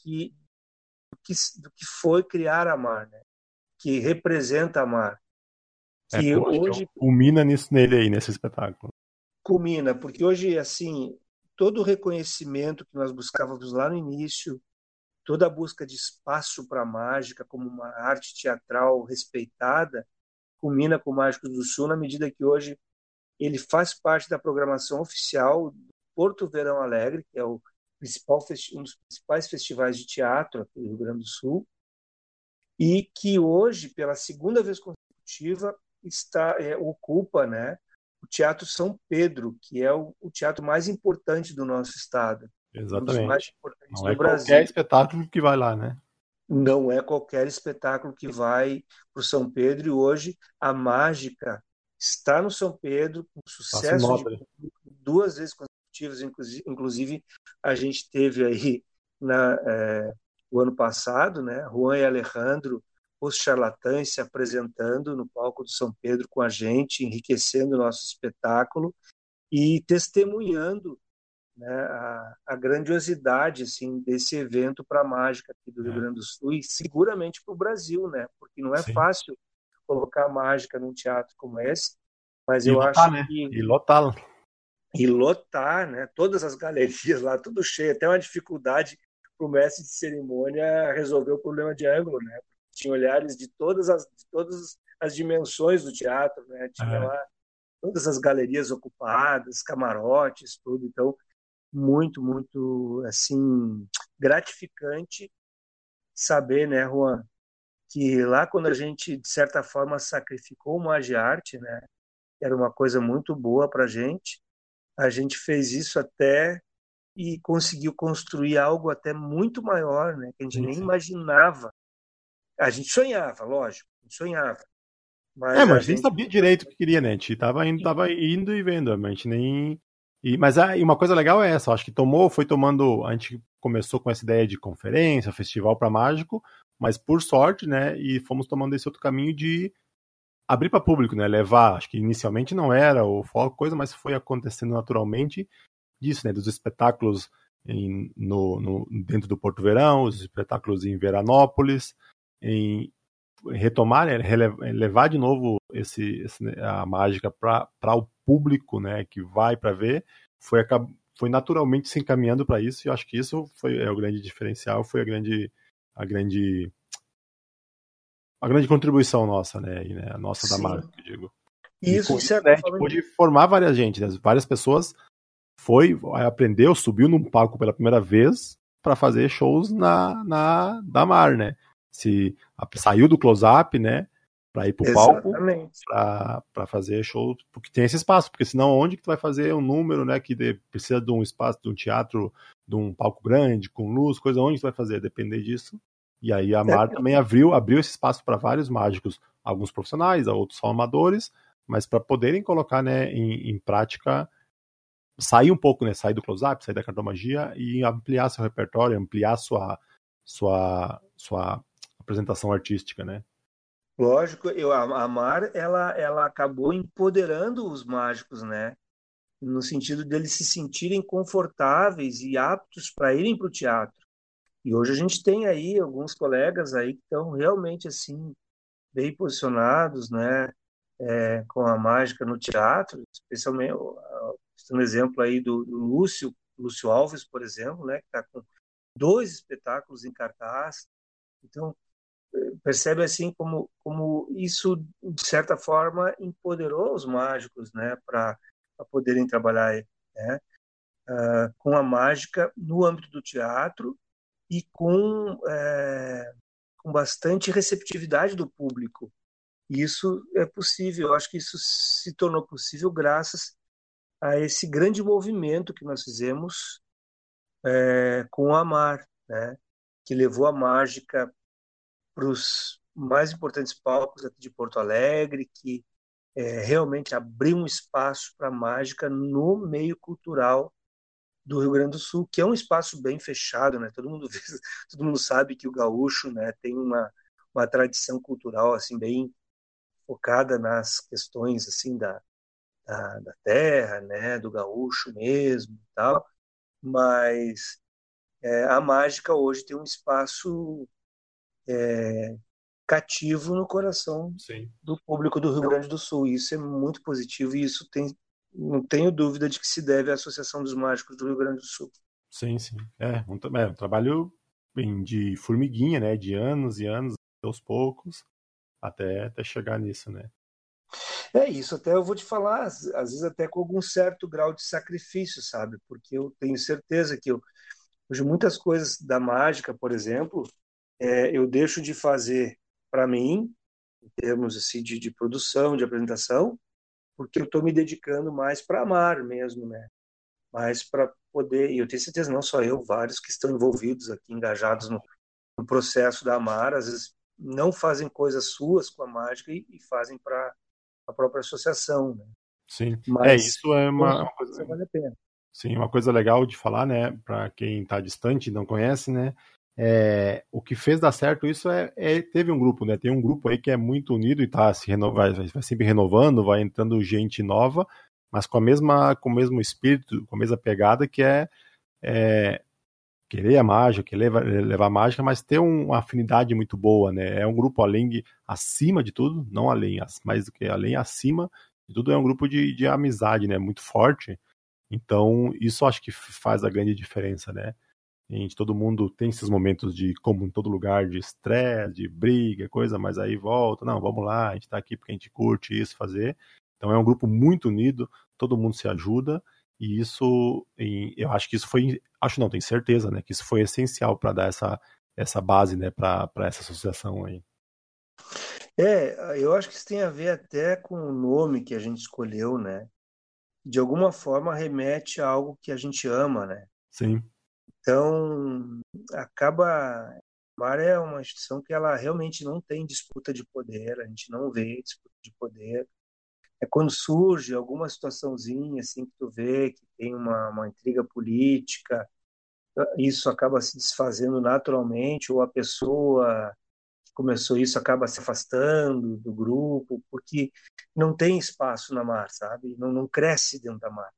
do que foi criar a Mar, né? Que representa a Mar, que Eu acho que hoje culmina nisso nele aí, nesse espetáculo. culmina, porque hoje, assim, todo o reconhecimento que nós buscávamos lá no início, toda a busca de espaço para a mágica como uma arte teatral respeitada, culmina com o Mágicos do Sul, na medida que hoje ele faz parte da programação oficial do Porto Verão Alegre, que é um dos principais festivais de teatro aqui do Rio Grande do Sul, e que hoje, pela segunda vez consecutiva, ocupa, né, o Teatro São Pedro, que é o teatro mais importante do nosso estado, um dos mais Exatamente. importantes Não do é qualquer Brasil. espetáculo que vai lá, né? Não é qualquer espetáculo que vai para o São Pedro, e hoje a mágica está no São Pedro, com Tá se sucesso de nota, né? público, 2 vezes consecutivas, inclusive a gente teve aí o ano passado, né, Juan e Alejandro, os charlatães, se apresentando no palco do São Pedro com a gente, enriquecendo o nosso espetáculo e testemunhando, né, a grandiosidade assim desse evento para a mágica aqui do Rio É, Grande do Sul e seguramente para o Brasil, né? Porque não é sim. fácil colocar mágica num teatro como esse, mas E eu lotar, acho né? que E lotar. e lotar, né? Todas as galerias lá, tudo cheio, até uma dificuldade para o mestre de cerimônia resolver o problema de ângulo, né? Tinha olhares de todas as dimensões do teatro, né? Tinha É, lá todas as galerias ocupadas, camarotes, tudo. Então, muito, muito, assim, gratificante saber, né, Juan, que lá quando a gente, de certa forma, sacrificou o Magiarte, né, era uma coisa muito boa para a gente fez isso até e conseguiu construir algo até muito maior, né, que a gente sim, nem sim. imaginava. A gente sonhava, lógico, a gente sonhava, É, mas mas a a gente nem gente sabia direito o que queria, né? A gente tava indo e vendo, mas a gente nem. E uma coisa legal é essa, eu acho que foi tomando. A gente começou com essa ideia de conferência, festival para mágico, mas por sorte, né? E fomos tomando esse outro caminho de abrir para público, né? Levar. Acho que inicialmente não era o foco, coisa, mas foi acontecendo naturalmente disso, né? Dos espetáculos dentro do Porto Verão, os espetáculos em Veranópolis, em retomar, né, levar de novo a mágica para o público, né, que vai para ver, foi naturalmente se encaminhando para isso, e eu acho que isso foi o grande diferencial, foi a grande a grande contribuição nossa, né, a nossa da sim. mágica, eu digo. E E isso com de isso, né, certa a gente forma pôde formar várias gente, né, várias pessoas aprendeu, subiu num palco pela primeira vez para fazer shows na da Mar, né? Saiu do close-up, né? Para ir pro palco exatamente. para fazer show, porque tem esse espaço, porque senão onde que tu vai fazer um número, né, precisa de um espaço, de um teatro, de um palco grande, com luz, coisa, onde tu vai fazer? Depender disso. E aí a Mar também abriu esse espaço para vários mágicos, alguns profissionais, outros só amadores, mas para poderem colocar, né, em prática, sair um pouco, né, sair do close-up, sair da cartomagia e ampliar seu repertório, ampliar sua apresentação artística, né? Lógico, a Mar, ela acabou empoderando os mágicos, né? No sentido deles se sentirem confortáveis e aptos para irem para o teatro. E hoje a gente tem aí alguns colegas aí que estão realmente assim bem posicionados, né? Com a mágica no teatro, especialmente um exemplo aí do Lúcio Alves, por exemplo, né? Que está com 2 espetáculos em cartaz. Então percebe assim como isso de certa forma empoderou os mágicos, né, para poderem trabalhar, né, com a mágica no âmbito do teatro e com bastante receptividade do público. E isso é possível, eu acho que isso se tornou possível graças a esse grande movimento que nós fizemos com o Amar, né, que levou a mágica para os mais importantes palcos aqui de Porto Alegre, que realmente abriu um espaço para a mágica no meio cultural do Rio Grande do Sul, que é um espaço bem fechado, né? Todo mundo todo mundo sabe que o gaúcho, né, tem uma tradição cultural assim bem focada nas questões assim da terra, né, do gaúcho mesmo, e tal. Mas a mágica hoje tem um espaço cativo no coração Sim. do público do Rio Grande do Sul. Isso é muito positivo e isso não tenho dúvida de que se deve à Associação dos Mágicos do Rio Grande do Sul. Sim, sim. Um trabalho de formiguinha, né? De anos e anos, aos poucos, até chegar nisso, né? É isso, até eu vou te falar, às vezes até com algum certo grau de sacrifício, sabe? Porque eu tenho certeza que hoje muitas coisas da mágica, por exemplo, eu deixo de fazer para mim, em termos assim, de produção, de apresentação, porque eu estou me dedicando mais para amar mesmo, né? Mais para poder, e eu tenho certeza, não só eu, vários que estão envolvidos aqui, engajados no no processo da Amar, às vezes não fazem coisas suas com a mágica e fazem para a própria associação, né? Sim. Mas Isso é com uma coisa. certeza vale a pena. Sim, uma coisa legal de falar, né, para quem está distante e não conhece, né, o que fez dar certo isso teve um grupo, né, tem um grupo aí que é muito unido e tá se vai sempre renovando, vai entrando gente nova, mas com o mesmo espírito, com a mesma pegada que é querer a mágica, querer levar a mágica, mas ter uma afinidade muito boa, né, é um grupo acima de tudo, não além, mais do que além, acima de tudo, é um grupo de amizade, né, muito forte. Então, isso acho que faz a grande diferença, né? Todo mundo tem esses momentos como em todo lugar, de estresse, de briga, coisa, mas aí volta, não, vamos lá, a gente tá aqui porque a gente curte isso, fazer. Então é um grupo muito unido, todo mundo se ajuda, e eu acho que isso tenho certeza, né, que isso foi essencial para dar essa base, né, para essa associação aí. Eu acho que isso tem a ver até com o nome que a gente escolheu, né? De alguma forma remete a algo que a gente ama, né? Sim. Então, acaba. A Mar é uma instituição que ela realmente não tem disputa de poder, a gente não vê disputa de poder. É quando surge alguma situaçãozinha assim que tu vê que tem uma intriga política, isso acaba se desfazendo naturalmente, ou a pessoa que começou isso acaba se afastando do grupo, porque não tem espaço na Mar, sabe? Não cresce dentro da Mar.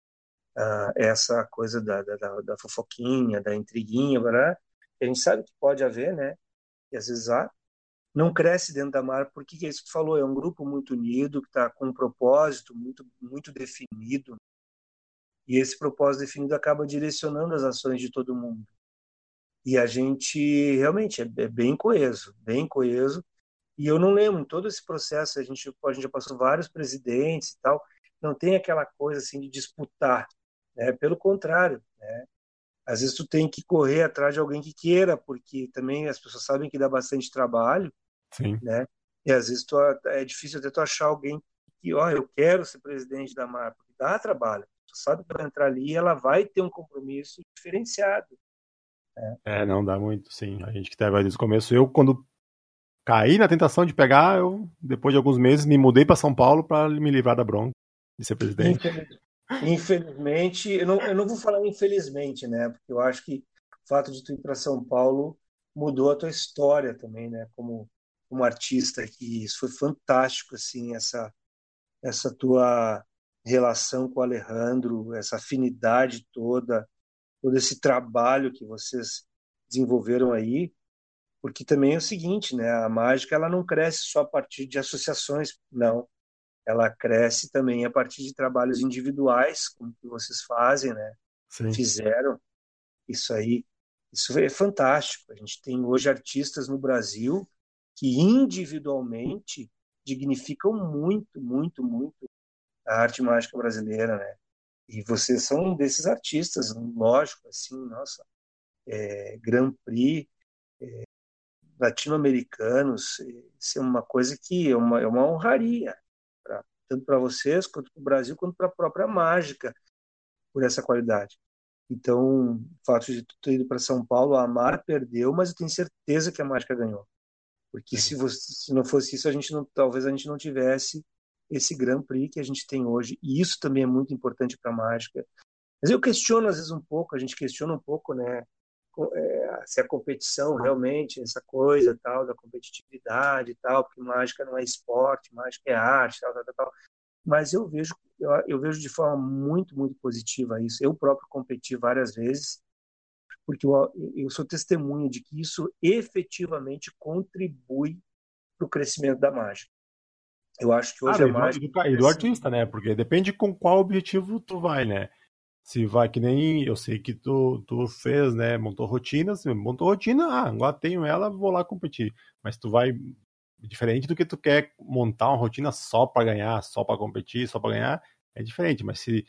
Essa coisa da fofoquinha, da intriguinha, né? A gente sabe que pode haver, né? E às vezes há, não cresce dentro da Mar, porque é isso que tu falou, é um grupo muito unido, que está com um propósito muito definido, e esse propósito definido acaba direcionando as ações de todo mundo. E a gente realmente é bem coeso, bem coeso. E eu não lembro, em todo esse processo, a gente já passou vários presidentes e tal, não tem aquela coisa assim de disputar, né? Pelo contrário, né? Às vezes tu tem que correr atrás de alguém que queira, porque também as pessoas sabem que dá bastante trabalho, Sim. né? E às vezes é difícil até tu achar alguém que, ó, eu quero ser presidente da marca, porque dá trabalho. Tu sabe que vai entrar ali e ela vai ter um compromisso diferenciado, né? Não dá muito, sim. A gente que teve desde o começo, eu quando caí na tentação de pegar, eu, depois de alguns meses, me mudei para São Paulo para me livrar da bronca de ser presidente. Infelizmente, eu não vou falar infelizmente, né? Porque eu acho que o fato de tu ir para São Paulo mudou a tua história também, né? Como artista, que isso foi fantástico, assim, essa tua relação com o Alejandro, essa afinidade toda, todo esse trabalho que vocês desenvolveram aí, porque também é o seguinte, né? A mágica ela não cresce só a partir de associações, não. Ela cresce também a partir de trabalhos individuais, como que vocês fazem, né? Sim. Fizeram isso aí. Isso é fantástico. A gente tem hoje artistas no Brasil que individualmente dignificam muito, muito, muito a arte mágica brasileira, né? E vocês são um desses artistas, lógico, assim, nossa, Grand Prix, latino-americanos, isso é uma coisa que é uma honraria, tanto para vocês, quanto para o Brasil, quanto para a própria mágica, por essa qualidade. Então, o fato de tu ter ido para São Paulo, a Amar perdeu, mas eu tenho certeza que a mágica ganhou. Porque Sim. se não fosse isso, talvez a gente não tivesse esse Grand Prix que a gente tem hoje. E isso também é muito importante para a mágica. Mas eu questiono às vezes um pouco, a gente questiona um pouco, né, se a competição realmente, essa coisa tal da competitividade e tal, porque mágica não é esporte, mágica é arte, tal, tal, tal, tal. Mas eu vejo de forma muito, muito positiva isso. Eu próprio competi várias vezes, porque eu sou testemunha de que isso efetivamente contribui para o crescimento da mágica. Eu acho que hoje Cara, a mágica e é do assim, artista, né? Porque depende com qual objetivo tu vai, né? Se vai que nem eu sei que tu fez, né? Montou rotinas, montou rotina, agora tenho ela, vou lá competir. Mas tu vai diferente do que tu quer montar uma rotina só para ganhar, só para competir, só para ganhar, é diferente. Mas se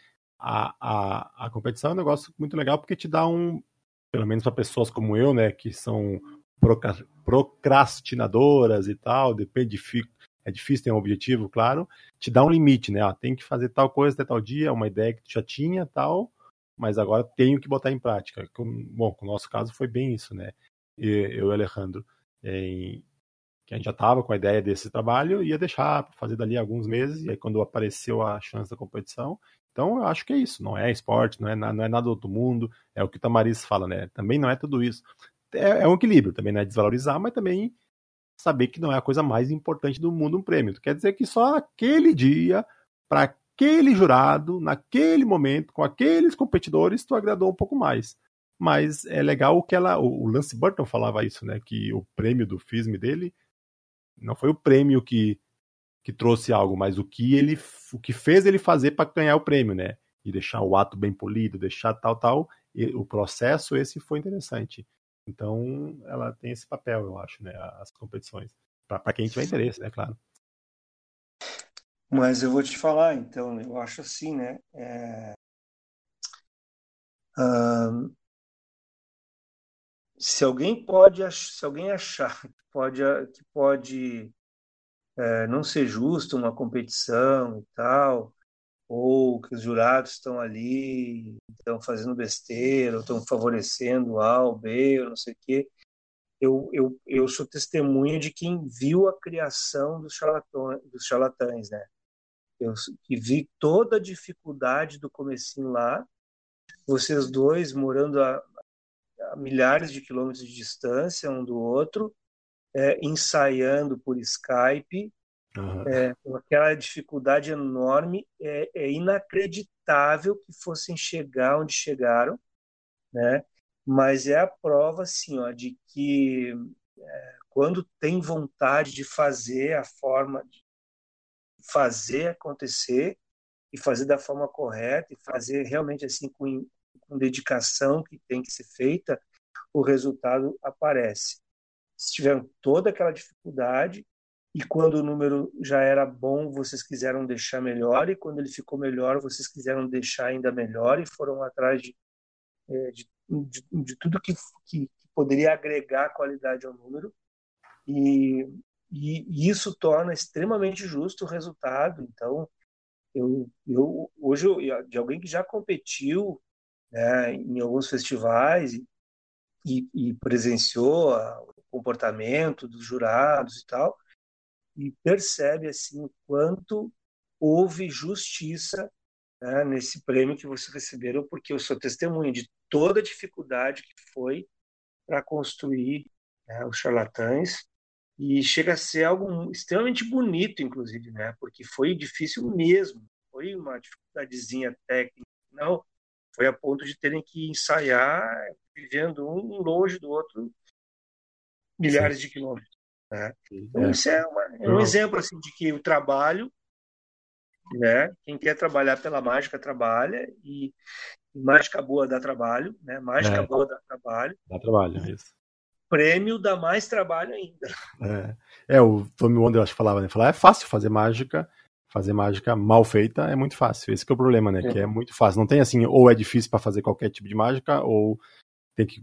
a competição é um negócio muito legal porque te dá pelo menos para pessoas como eu, né, que são procrastinadoras e tal, é difícil ter um objetivo, claro, te dá um limite, né? Tem que fazer tal coisa até tal dia, uma ideia que tu já tinha, tal, mas agora tenho que botar em prática. Bom, com o nosso caso foi bem isso, né? eu e o Alejandro, que a gente já estava com a ideia desse trabalho, ia deixar para fazer dali alguns meses, e aí quando apareceu a chance da competição, então eu acho que é isso, não é esporte, não é nada do outro mundo, é o que o Tamariz fala, né? Também não é tudo isso. É um equilíbrio, também não é desvalorizar, mas também saber que não é a coisa mais importante do mundo um prêmio. Quer dizer que só aquele dia, para aquele jurado, naquele momento, com aqueles competidores, tu agradou um pouco mais. Mas é legal que o Lance Burton falava isso, né? Que o prêmio do FISM dele não foi o prêmio que trouxe algo, mas o que fez ele fazer para ganhar o prêmio, né? E deixar o ato bem polido, deixar tal, e o processo esse foi interessante. Então, ela tem esse papel, eu acho, né? As competições. Para quem tiver interesse, né? Claro. Mas eu vou te falar, então, eu acho assim, né? Se alguém se alguém achar que pode não ser justo uma competição e tal, ou que os jurados estão ali, estão fazendo besteira, ou estão favorecendo A ou B, ou não sei o quê, eu sou testemunha de quem viu a criação dos charlatães, né? Eu que vi toda a dificuldade do comecinho lá, vocês dois morando a milhares de quilômetros de distância um do outro, ensaiando por Skype, Uhum. com aquela dificuldade enorme, é inacreditável que fossem chegar onde chegaram, né? Mas é a prova, assim, ó, de que quando tem vontade de fazer a forma de fazer acontecer e fazer da forma correta e fazer realmente assim com dedicação que tem que ser feita, o resultado aparece. Se tiveram toda aquela dificuldade e quando o número já era bom, vocês quiseram deixar melhor e quando ele ficou melhor, vocês quiseram deixar ainda melhor e foram atrás de tudo que poderia agregar qualidade ao número e, e isso torna extremamente justo o resultado. Então, hoje, de alguém que já competiu, né, em alguns festivais e presenciou o comportamento dos jurados e tal, e percebe assim o quanto houve justiça, né, nesse prêmio que vocês receberam, porque eu sou testemunha de toda a dificuldade que foi para construir, né, os charlatães e chega a ser algo extremamente bonito, inclusive, né, porque foi difícil mesmo, foi uma dificuldadezinha técnica, não, foi a ponto de terem que ensaiar vivendo um longe do outro Sim. milhares de quilômetros, né? Então É. isso é um exemplo assim de que o trabalho, né? Quem quer trabalhar pela mágica trabalha e mágica boa dá trabalho, né? Mágica É, boa dá trabalho dá trabalho, e é isso. prêmio dá mais trabalho ainda. O Tommy Wonder acho que falava, né? Falar, é fácil fazer mágica mal feita é muito fácil. Esse que é o problema, né? Que é muito fácil. Não tem assim, ou é difícil para fazer qualquer tipo de mágica, ou tem que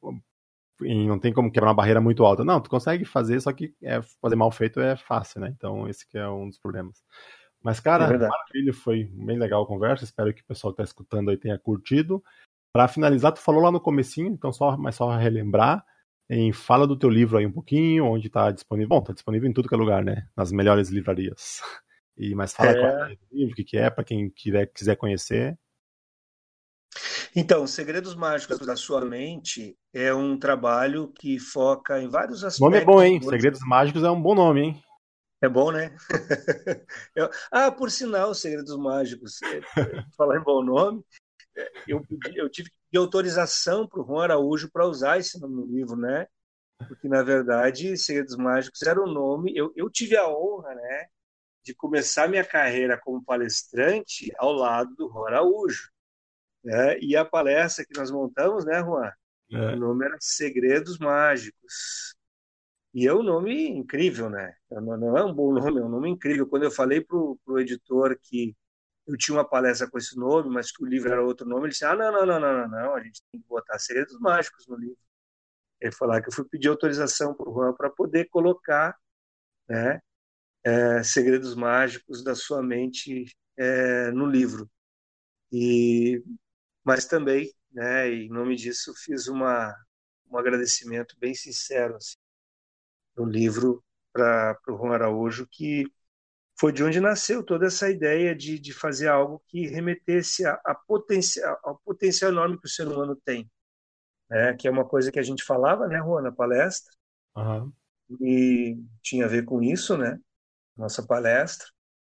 e não tem como quebrar uma barreira muito alta. Não, tu consegue fazer, só que fazer mal feito é fácil, né? Então esse que é um dos problemas. Mas, É cara, verdade. maravilha, foi bem legal a conversa. Espero que o pessoal que está escutando aí tenha curtido. Para finalizar, tu falou lá no comecinho, então mas só relembrar. Fala do teu livro aí um pouquinho, onde está disponível. Bom, está disponível em tudo que é lugar, né? Nas melhores livrarias. Mas fala qual é o livro, o que é, para quem quiser conhecer. Então, Segredos Mágicos da Sua Mente é um trabalho que foca em vários O nome é bom, aspectos hein? do Segredos Mágicos é um bom nome, hein? É bom, né? Por sinal, Segredos Mágicos, falar em bom nome, eu tive que pedir autorização para o Juan Araújo para usar esse nome no livro, né? Porque, na verdade, Segredos Mágicos era o nome. Eu tive a honra, né, de começar minha carreira como palestrante ao lado do Juan Araújo, né? E a palestra que nós montamos, né, Juan? O É, nome era Segredos Mágicos. E é um nome incrível, né? Não é um bom nome, é um nome incrível. Quando eu falei pro editor que eu tinha uma palestra com esse nome, mas que o livro era outro nome, ele disse: não, não, não, não, não, não, a gente tem que botar Segredos Mágicos no livro. Ele falou que eu fui pedir autorização para o Juan para poder colocar, né, Segredos Mágicos da Sua Mente no livro. Mas também, né, em nome disso, fiz um agradecimento bem sincero assim, no livro para o Juan Araújo, que foi de onde nasceu toda essa ideia de fazer algo que remetesse ao potencial enorme que o ser humano tem, né? Que é uma coisa que a gente falava, né, Juan, na palestra, Aham. e tinha a ver com isso, né, nossa palestra,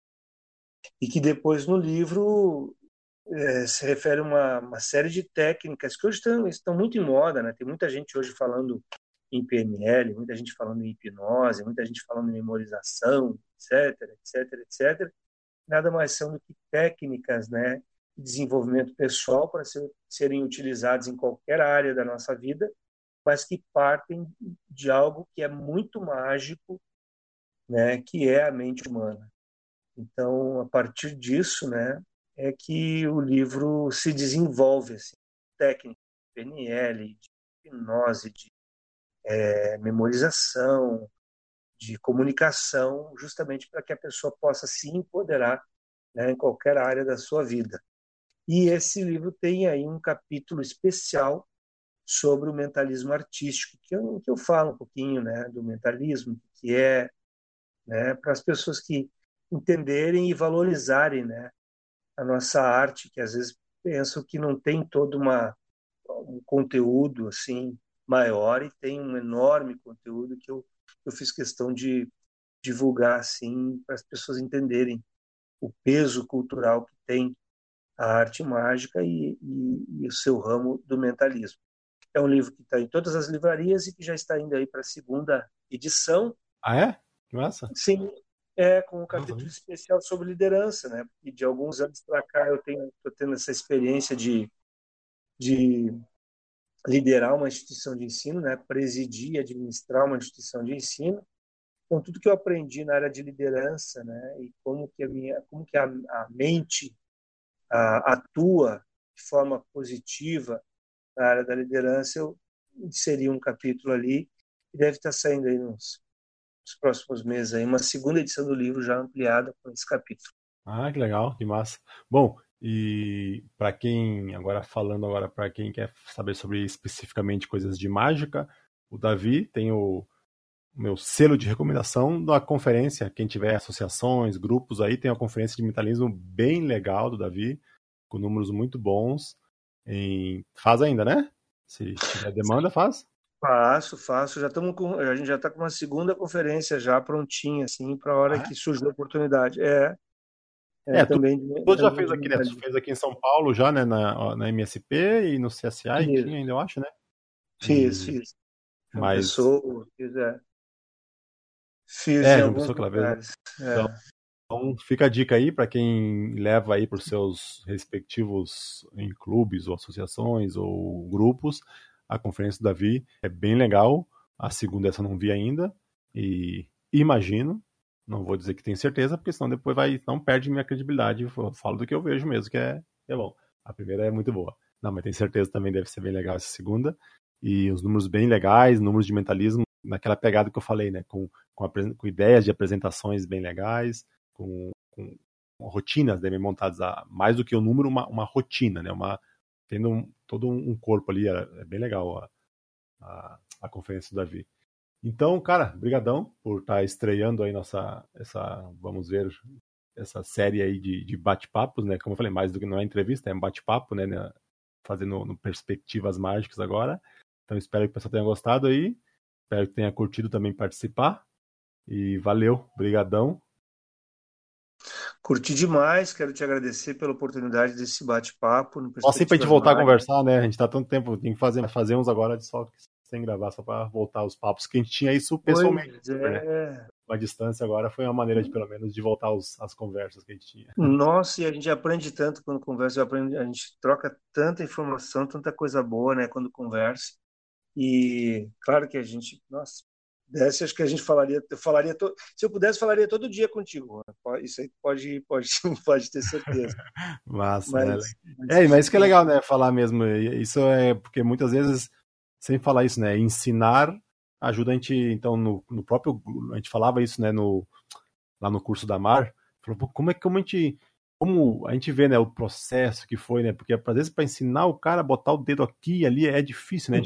e que depois no livro se refere a uma série de técnicas que hoje estão muito em moda, né? Tem muita gente hoje falando em PNL, muita gente falando em hipnose, muita gente falando em memorização, etc, etc, etc. Nada mais são do que técnicas, né, de desenvolvimento pessoal para serem utilizadas em qualquer área da nossa vida, mas que partem de algo que é muito mágico, né, que é a mente humana. Então, a partir disso, né, é que o livro se desenvolve, assim, técnica, de PNL, de hipnose, de memorização, de comunicação, justamente para que a pessoa possa se empoderar, né, em qualquer área da sua vida. E esse livro tem aí um capítulo especial sobre o mentalismo artístico, que eu falo um pouquinho, né, do mentalismo, que é, né, para as pessoas que entenderem e valorizarem, né, a nossa arte, que às vezes pensam que não tem todo um conteúdo assim maior, e tem um enorme conteúdo que eu fiz questão de divulgar assim para as pessoas entenderem o peso cultural que tem a arte mágica e o seu ramo do mentalismo. É um livro que está em todas as livrarias e que já está indo aí para a segunda edição. Ah, é? Que massa. Sim, com um capítulo especial sobre liderança, né? E de alguns anos para cá eu estou tendo essa experiência de liderar uma instituição de ensino, né? Presidir e administrar uma instituição de ensino. Com tudo que eu aprendi na área de liderança, né? E como que a mente atua de forma positiva na área da liderança, eu inseri um capítulo ali e deve estar saindo aí nos próximos meses aí uma segunda edição do livro já ampliada com esse capítulo. Ah, que legal, que massa. Bom, e para quem, agora para quem quer saber sobre especificamente coisas de mágica, o Davi tem o meu selo de recomendação da conferência. Quem tiver associações, grupos aí, tem uma conferência de mentalismo bem legal do Davi, com números muito bons. Faz ainda, né? Se tiver demanda, faz. Faço. A gente já está com uma segunda conferência já prontinha, assim, para a hora Ah, que surge a oportunidade. tu, Também tu já fez aqui, né? Tu fez aqui em São Paulo já, né? Na MSP e no CSI, tinha ainda, eu acho, né? Fiz. João Mas, Pessoa, fiz em João alguns Pessoa aquela vez, né? lugares. Então fica a dica aí para quem leva aí para os seus respectivos em clubes ou associações ou grupos. A conferência do Davi é bem legal. A segunda essa eu não vi ainda e imagino, não vou dizer que tenho certeza, porque senão depois não perde minha credibilidade. Eu falo do que eu vejo mesmo, que é bom. A primeira é muito boa. Não, mas tenho certeza também deve ser bem legal essa segunda. E os números bem legais, números de mentalismo, naquela pegada que eu falei, né? Com ideias de apresentações bem legais, com rotinas, né, montadas mais do que o número, uma rotina, né, tendo todo um corpo ali. É bem legal a conferência do Davi. Então, cara, brigadão por estar estreando aí vamos ver, essa série aí de bate-papos, né, como eu falei, mais do que não é entrevista, é um bate-papo, né, fazendo no Perspectivas Mágicas agora. Então espero que o pessoal tenha gostado aí, espero que tenha curtido também participar, e valeu, brigadão. Curti demais, quero te agradecer pela oportunidade desse bate-papo no Só assim pra gente Perspectivas voltar a Mágicas. conversar, né? A gente tá tanto tempo, tem que fazer uns agora só sem gravar, só pra voltar os papos, que a gente tinha isso pessoalmente, né? A distância agora foi uma maneira de, pelo menos, de voltar as conversas que a gente tinha. Nossa, e a gente aprende tanto quando conversa, a gente troca tanta informação, tanta coisa boa, né, quando conversa. E claro que a gente, nossa, acho que a gente se eu pudesse, falaria todo dia contigo. Isso aí pode ter certeza. Massa, né? Mas, Mas isso que é legal, né? Falar mesmo. Isso é porque muitas vezes, sem falar isso, né? Ensinar ajuda a gente, então, no próprio. A gente falava isso, né? Lá no curso da Mar. Falou, como a gente vê, né, o processo que foi, né? Porque às vezes para ensinar o cara a botar o dedo aqui e ali é difícil, né? A gente vê como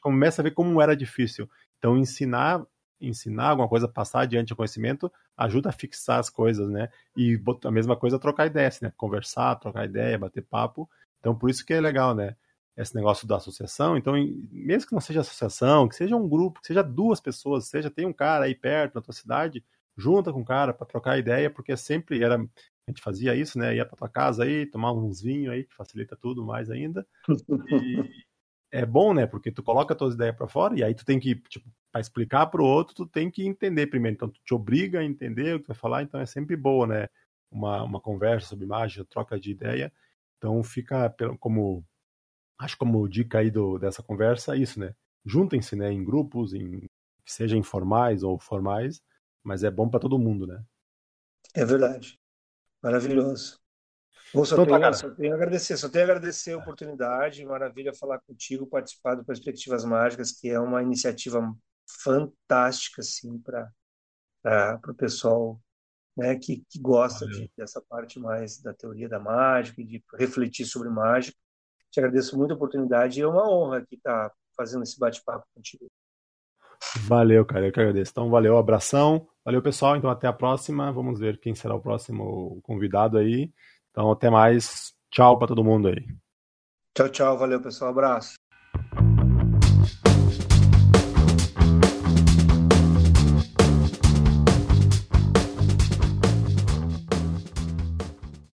começa a ver como era difícil. Então, ensinar alguma coisa, passar adiante o conhecimento, ajuda a fixar as coisas, né? E a mesma coisa, trocar ideias, né? Conversar, trocar ideia, bater papo. Então, por isso que é legal, né? Esse negócio da associação. Então, mesmo que não seja associação, que seja um grupo, que seja 2 pessoas, tem um cara aí perto na tua cidade, junta com o cara para trocar ideia, porque sempre a gente fazia isso, né? Ia para tua casa aí, tomar uns vinhos aí, que facilita tudo mais ainda. E é bom, né? Porque tu coloca as tuas ideias para fora e aí tu tem que, tipo, para explicar para o outro, tu tem que entender primeiro. Então, tu te obriga a entender o que tu vai falar, então é sempre boa, né? Uma conversa sobre imagem, troca de ideia. Então, fica como dica aí dessa conversa, isso, né? Juntem-se, né? Em grupos, seja informais ou formais, mas é bom para todo mundo, né? É verdade. Maravilhoso. Bom, Então tá, cara. só tenho a agradecer a oportunidade, maravilha falar contigo, participar do Perspectivas Mágicas, que é uma iniciativa fantástica, assim, para o pessoal, né, que gosta Valeu. dessa parte mais da teoria da mágica e de refletir sobre mágica. Te agradeço muito a oportunidade e é uma honra aqui estar fazendo esse bate-papo contigo. Valeu, cara. Eu que agradeço. Então, valeu, abração. Valeu, pessoal. Então, até a próxima. Vamos ver quem será o próximo convidado aí. Então, até mais. Tchau para todo mundo aí. Tchau, tchau. Valeu, pessoal. Abraço.